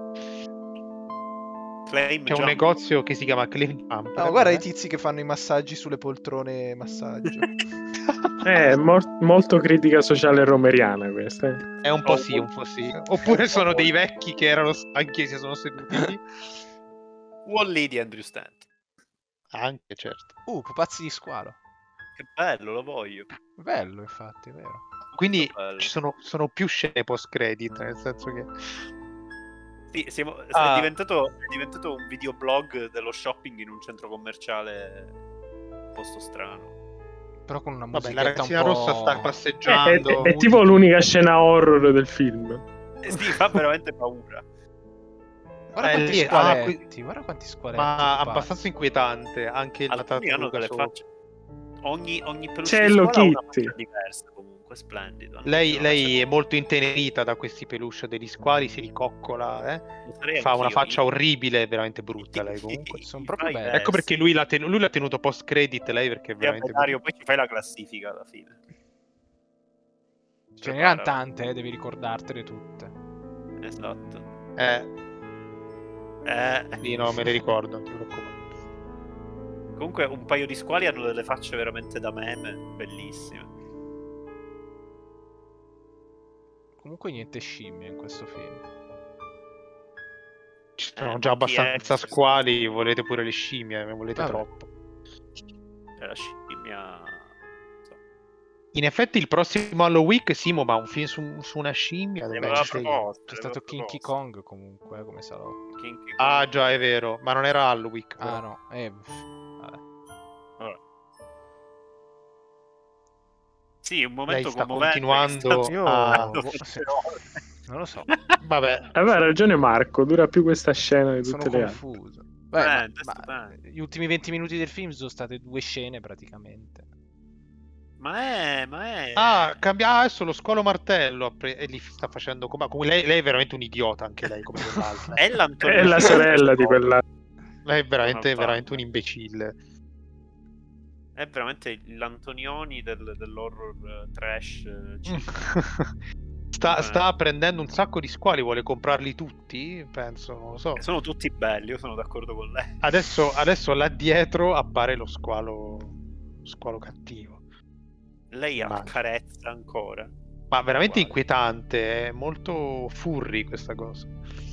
Claim C'è un Jump. negozio che si chiama Claim Jump. No, guarda i tizi che fanno i massaggi sulle poltrone massaggio. Molto critica sociale romeriana questa. È un po' sì, un po' sì. Oppure sono dei vecchi che erano stanchi e si sono seduti lì. Wall-E di Andrew Stanton. Anche, certo. Pupazzi di squalo. Che bello, lo voglio. Bello, infatti, è vero. Quindi Bello. ci sono più scene post-credit, nel senso che... Sì, Ah. è diventato un videoblog dello shopping in un centro commerciale un posto strano. Però con una Vabbè, musichetta la ragazzina un po'... rossa sta passeggiando. È tipo l'unica scena horror del film. Sì, fa veramente paura. Guarda quanti lì- squaletti, guarda quanti squaletti. Ma pupazzi. abbastanza inquietante. Anche la Alcuni hanno tartaruga delle sopra. facce. Ogni peluche C'è di Hello scuola ha una Kitty. faccia diversa comunque, splendido. Anche Lei, se non lei c'è- è molto intenerita da questi peluche degli squali, si ricoccola, Lo sarei fa una anch'io. faccia orribile, veramente brutta lei comunque. Sono proprio Fai belli. best. Ecco perché lui l'ha tenuto post credit lei perché è Sì, veramente vabbè, Dario, poi ci fai la classifica alla fine. Ce n'erano tante, devi ricordartele tutte. Esatto. Sì, no, me le ricordo, non ti preoccupare. Comunque un paio di squali hanno delle facce veramente da meme, bellissime. Comunque niente scimmie in questo film. Ci sono già abbastanza squali, volete pure le scimmie, ne volete troppo. La scimmia... In effetti il prossimo Halloween, Simo, ma un film su una scimmia deve essere... C'è stato Kinky Kong comunque, come salotto. Ah già, è vero, ma non era Halloween. Ah no, vabbè. Sì, un momento Lei sta commovente continuando che a... Non lo so. Vabbè. Aveva ragione Marco, dura più questa scena di tutte Sono le altre. confuso. Beh, ma gli ultimi 20 minuti del film sono state 2 scene praticamente. Ma è... adesso lo squalo martello e li sta facendo come lei è veramente un idiota anche lei come quell'altra. È la sorella di quella. Lei è veramente un imbecille. È veramente l'Antonioni dell'horror trash. Sta prendendo un sacco di squali, vuole comprarli tutti? Penso, non lo so. Sono tutti belli, io sono d'accordo con lei. Adesso là dietro appare lo squalo cattivo. Lei accarezza ancora. Ma veramente inquietante, è molto furry questa cosa.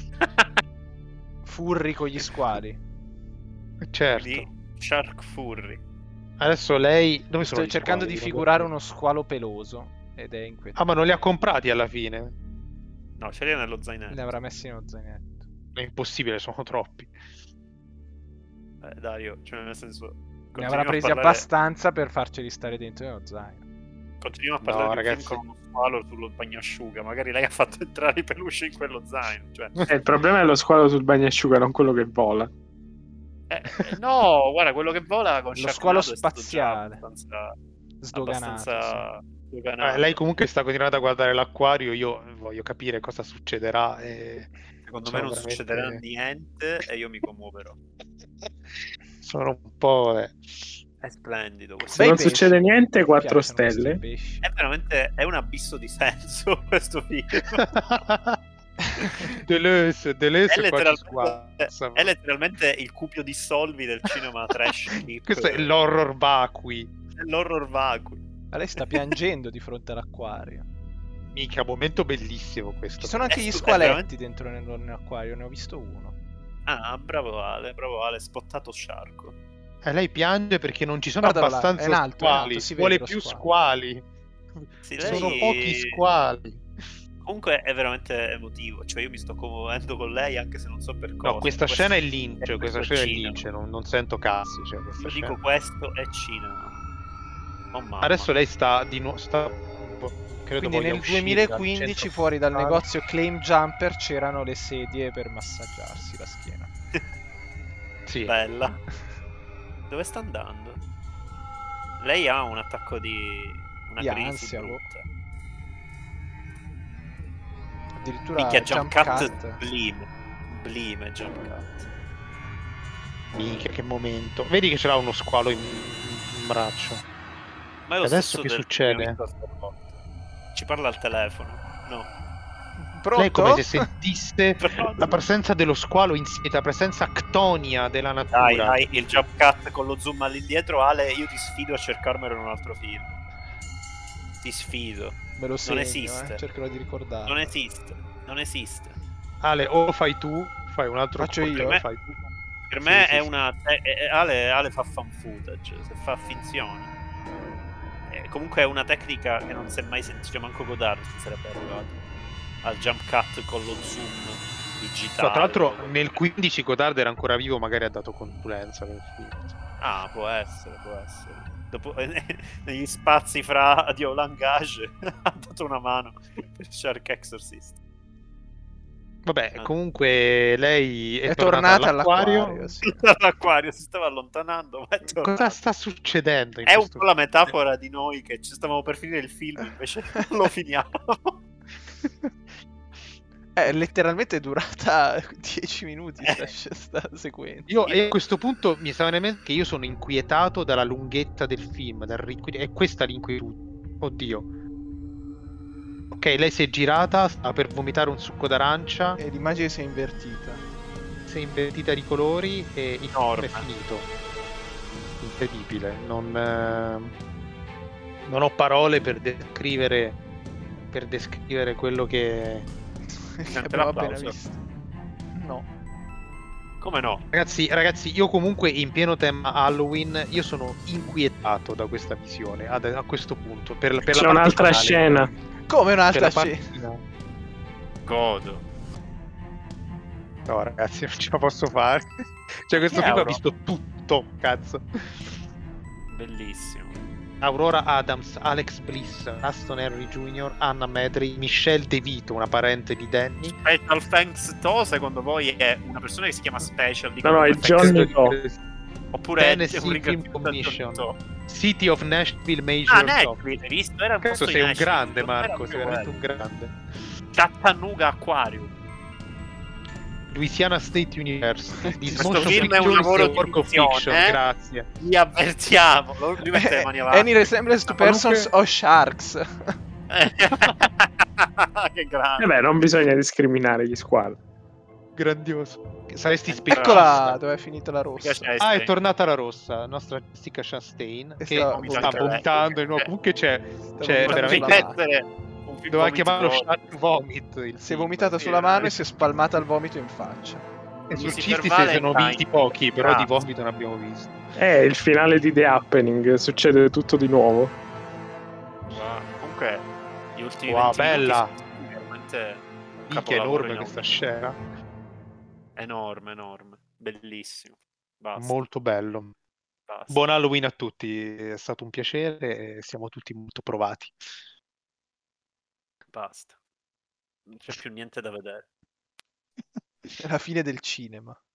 Furry con gli squali. Certo. Shark Furry. Adesso lei... Dove sono Sto cercando di figurare uno squalo peloso ed è inquietante. Ah, ma non li ha comprati alla fine? No, ce li ha nello zainetto. Li avrà messi nello zainetto. È impossibile, sono troppi. Dario, cioè nel senso... Ne avrà presi abbastanza per farceli stare dentro nello zaino. Continuiamo a parlare di un film con uno squalo sullo bagnasciuga. Magari lei ha fatto entrare i peluche in quello zaino. Cioè... Il problema è lo squalo sul bagnasciuga, non quello che vola. No, guarda, quello che vola con lo squalo spaziale. Sdoganato. Lei comunque sta continuando a guardare l'acquario. Io voglio capire cosa succederà. Secondo me non succederà niente e io mi commuoverò. Sono un po'... È splendido questo. Se non succede niente, 4 stelle. È veramente un abisso di senso questo film. Deleuze è letteralmente il cupio di solvi del cinema trash. Questo è l'horror vacui. Ma lei sta piangendo di fronte all'acquario. Mica, momento bellissimo questo. Ci sono anche gli squaletti dentro nell'acquario, ne ho visto uno. Ah, bravo Ale, spottato sciarco. Lei piange perché non ci sono abbastanza squali. Vuole più squali. Sì, sono pochi squali. Comunque è veramente emotivo. Cioè io mi sto commuovendo con lei anche se non so per cosa. No, questa scena è Lynch. Non sento cazzi. Cioè, io dico questo è cinema. Oh, mamma. Adesso lei sta di nuovo. Quindi nel 2015 fuori dal negozio Claim Jumper c'erano le sedie per massaggiarsi la schiena. Sì. Bella. Dove sta andando? Lei ha un attacco di crisi ansia, brutta. Addirittura minchia, jump cut. Blim e jump cut. Minchia, che momento. Vedi che ce l'ha uno squalo in braccio. Ma è lo adesso che succede? Ci parla al telefono. No. Pronto? Lei è come se sentisse la presenza dello squalo insieme alla presenza ctonia della natura. Dai, il jump cut con lo zoom all'indietro. Ale, io ti sfido a cercarmelo in un altro film. Ti sfido. Me lo segno, non esiste. Cercherò di ricordare. Non esiste. Ale, o fai tu, fai un altro. Faccio io. Per me è una... Ale fa fan footage, se fa finzione. Comunque è una tecnica che non si è mai sentita, manco Godard si sarebbe arrivato al jump cut con lo zoom digitale. Tra l'altro nel 15 Godard era ancora vivo, magari ha dato consulenza per il film. Ah, può essere. Dopo, negli spazi fra Dio Langage ha dato una mano per Shark Exorcist. Vabbè, comunque lei è tornata all'acquario. Sì. All'acquario, si stava allontanando. Ma cosa sta succedendo? È un po' la metafora di noi che ci stavamo per finire il film, invece non lo finiamo. È letteralmente durata 10 minuti sta sequenza. Io a questo punto mi stava in mente che io sono inquietato dalla lunghezza del film, è questa l'inquietudine. Oddio. Ok, lei si è girata, stava per vomitare un succo d'arancia e l'immagine si è invertita. si è invertita di colori e il film Enorme. è finito. Incredibile. Non ho parole per descrivere quello che... Abbiamo appena visto. No. Come no? Ragazzi, io comunque in pieno tema Halloween, io sono inquietato da questa visione a questo punto. Per C'è la un'altra parte finale. scena. Come un'altra Per la parte scena? finale. Godo. No, ragazzi, non ce la posso fare. Cioè, questo film ha Euro. visto tutto, cazzo. Bellissimo. Aurora Adams, Alex Bliss, Aston Henry Jr., Anna Medley, Michelle De Vito, una parente di Danny. Special Thanks To, secondo voi è una persona che si chiama Special? No, è Johnny To. Oppure è un Tennessee Film ringraziamento a Commission. To? City of Nashville Major. Ah, Nashville, hai visto? Era un Cazzo, posto sei in un Nashville, grande, non era Marco, sei proprio veramente quello. un grande. Chattanooga Aquarium. Louisiana State University. Di Questo Motion film è un Pictures lavoro e di Work of fiction, Fiction, grazie. Vi avvertiamo. Lui mette le mani avanti. Any resemblance to persons o sharks? Che grande. Beh, non bisogna discriminare gli squali. Grandioso. Saresti Eccola, specialista. dove è finita la rossa. Ah, è tornata la rossa, la nostra Jessica Chastain, E che sta sta vomitando di nuovo. Comunque c'è vomitando veramente... Doveva chiamarlo Shark Vomit. Si è vomitata sulla mano e si è spalmata il vomito in faccia. Esorcisti se sono visti pochi, però di vomito ne abbiamo visto. È il finale di The Happening, succede tutto di nuovo. Comunque, gli ultimi Wow, 20 minuti bella. sono veramente un Minchia, capolavoro enorme in questa audio. scena. Enorme. Bellissimo. Basta. Molto bello. Basta. Buon Halloween a tutti, è stato un piacere e siamo tutti molto provati. Basta. Non c'è più niente da vedere. È la fine del cinema.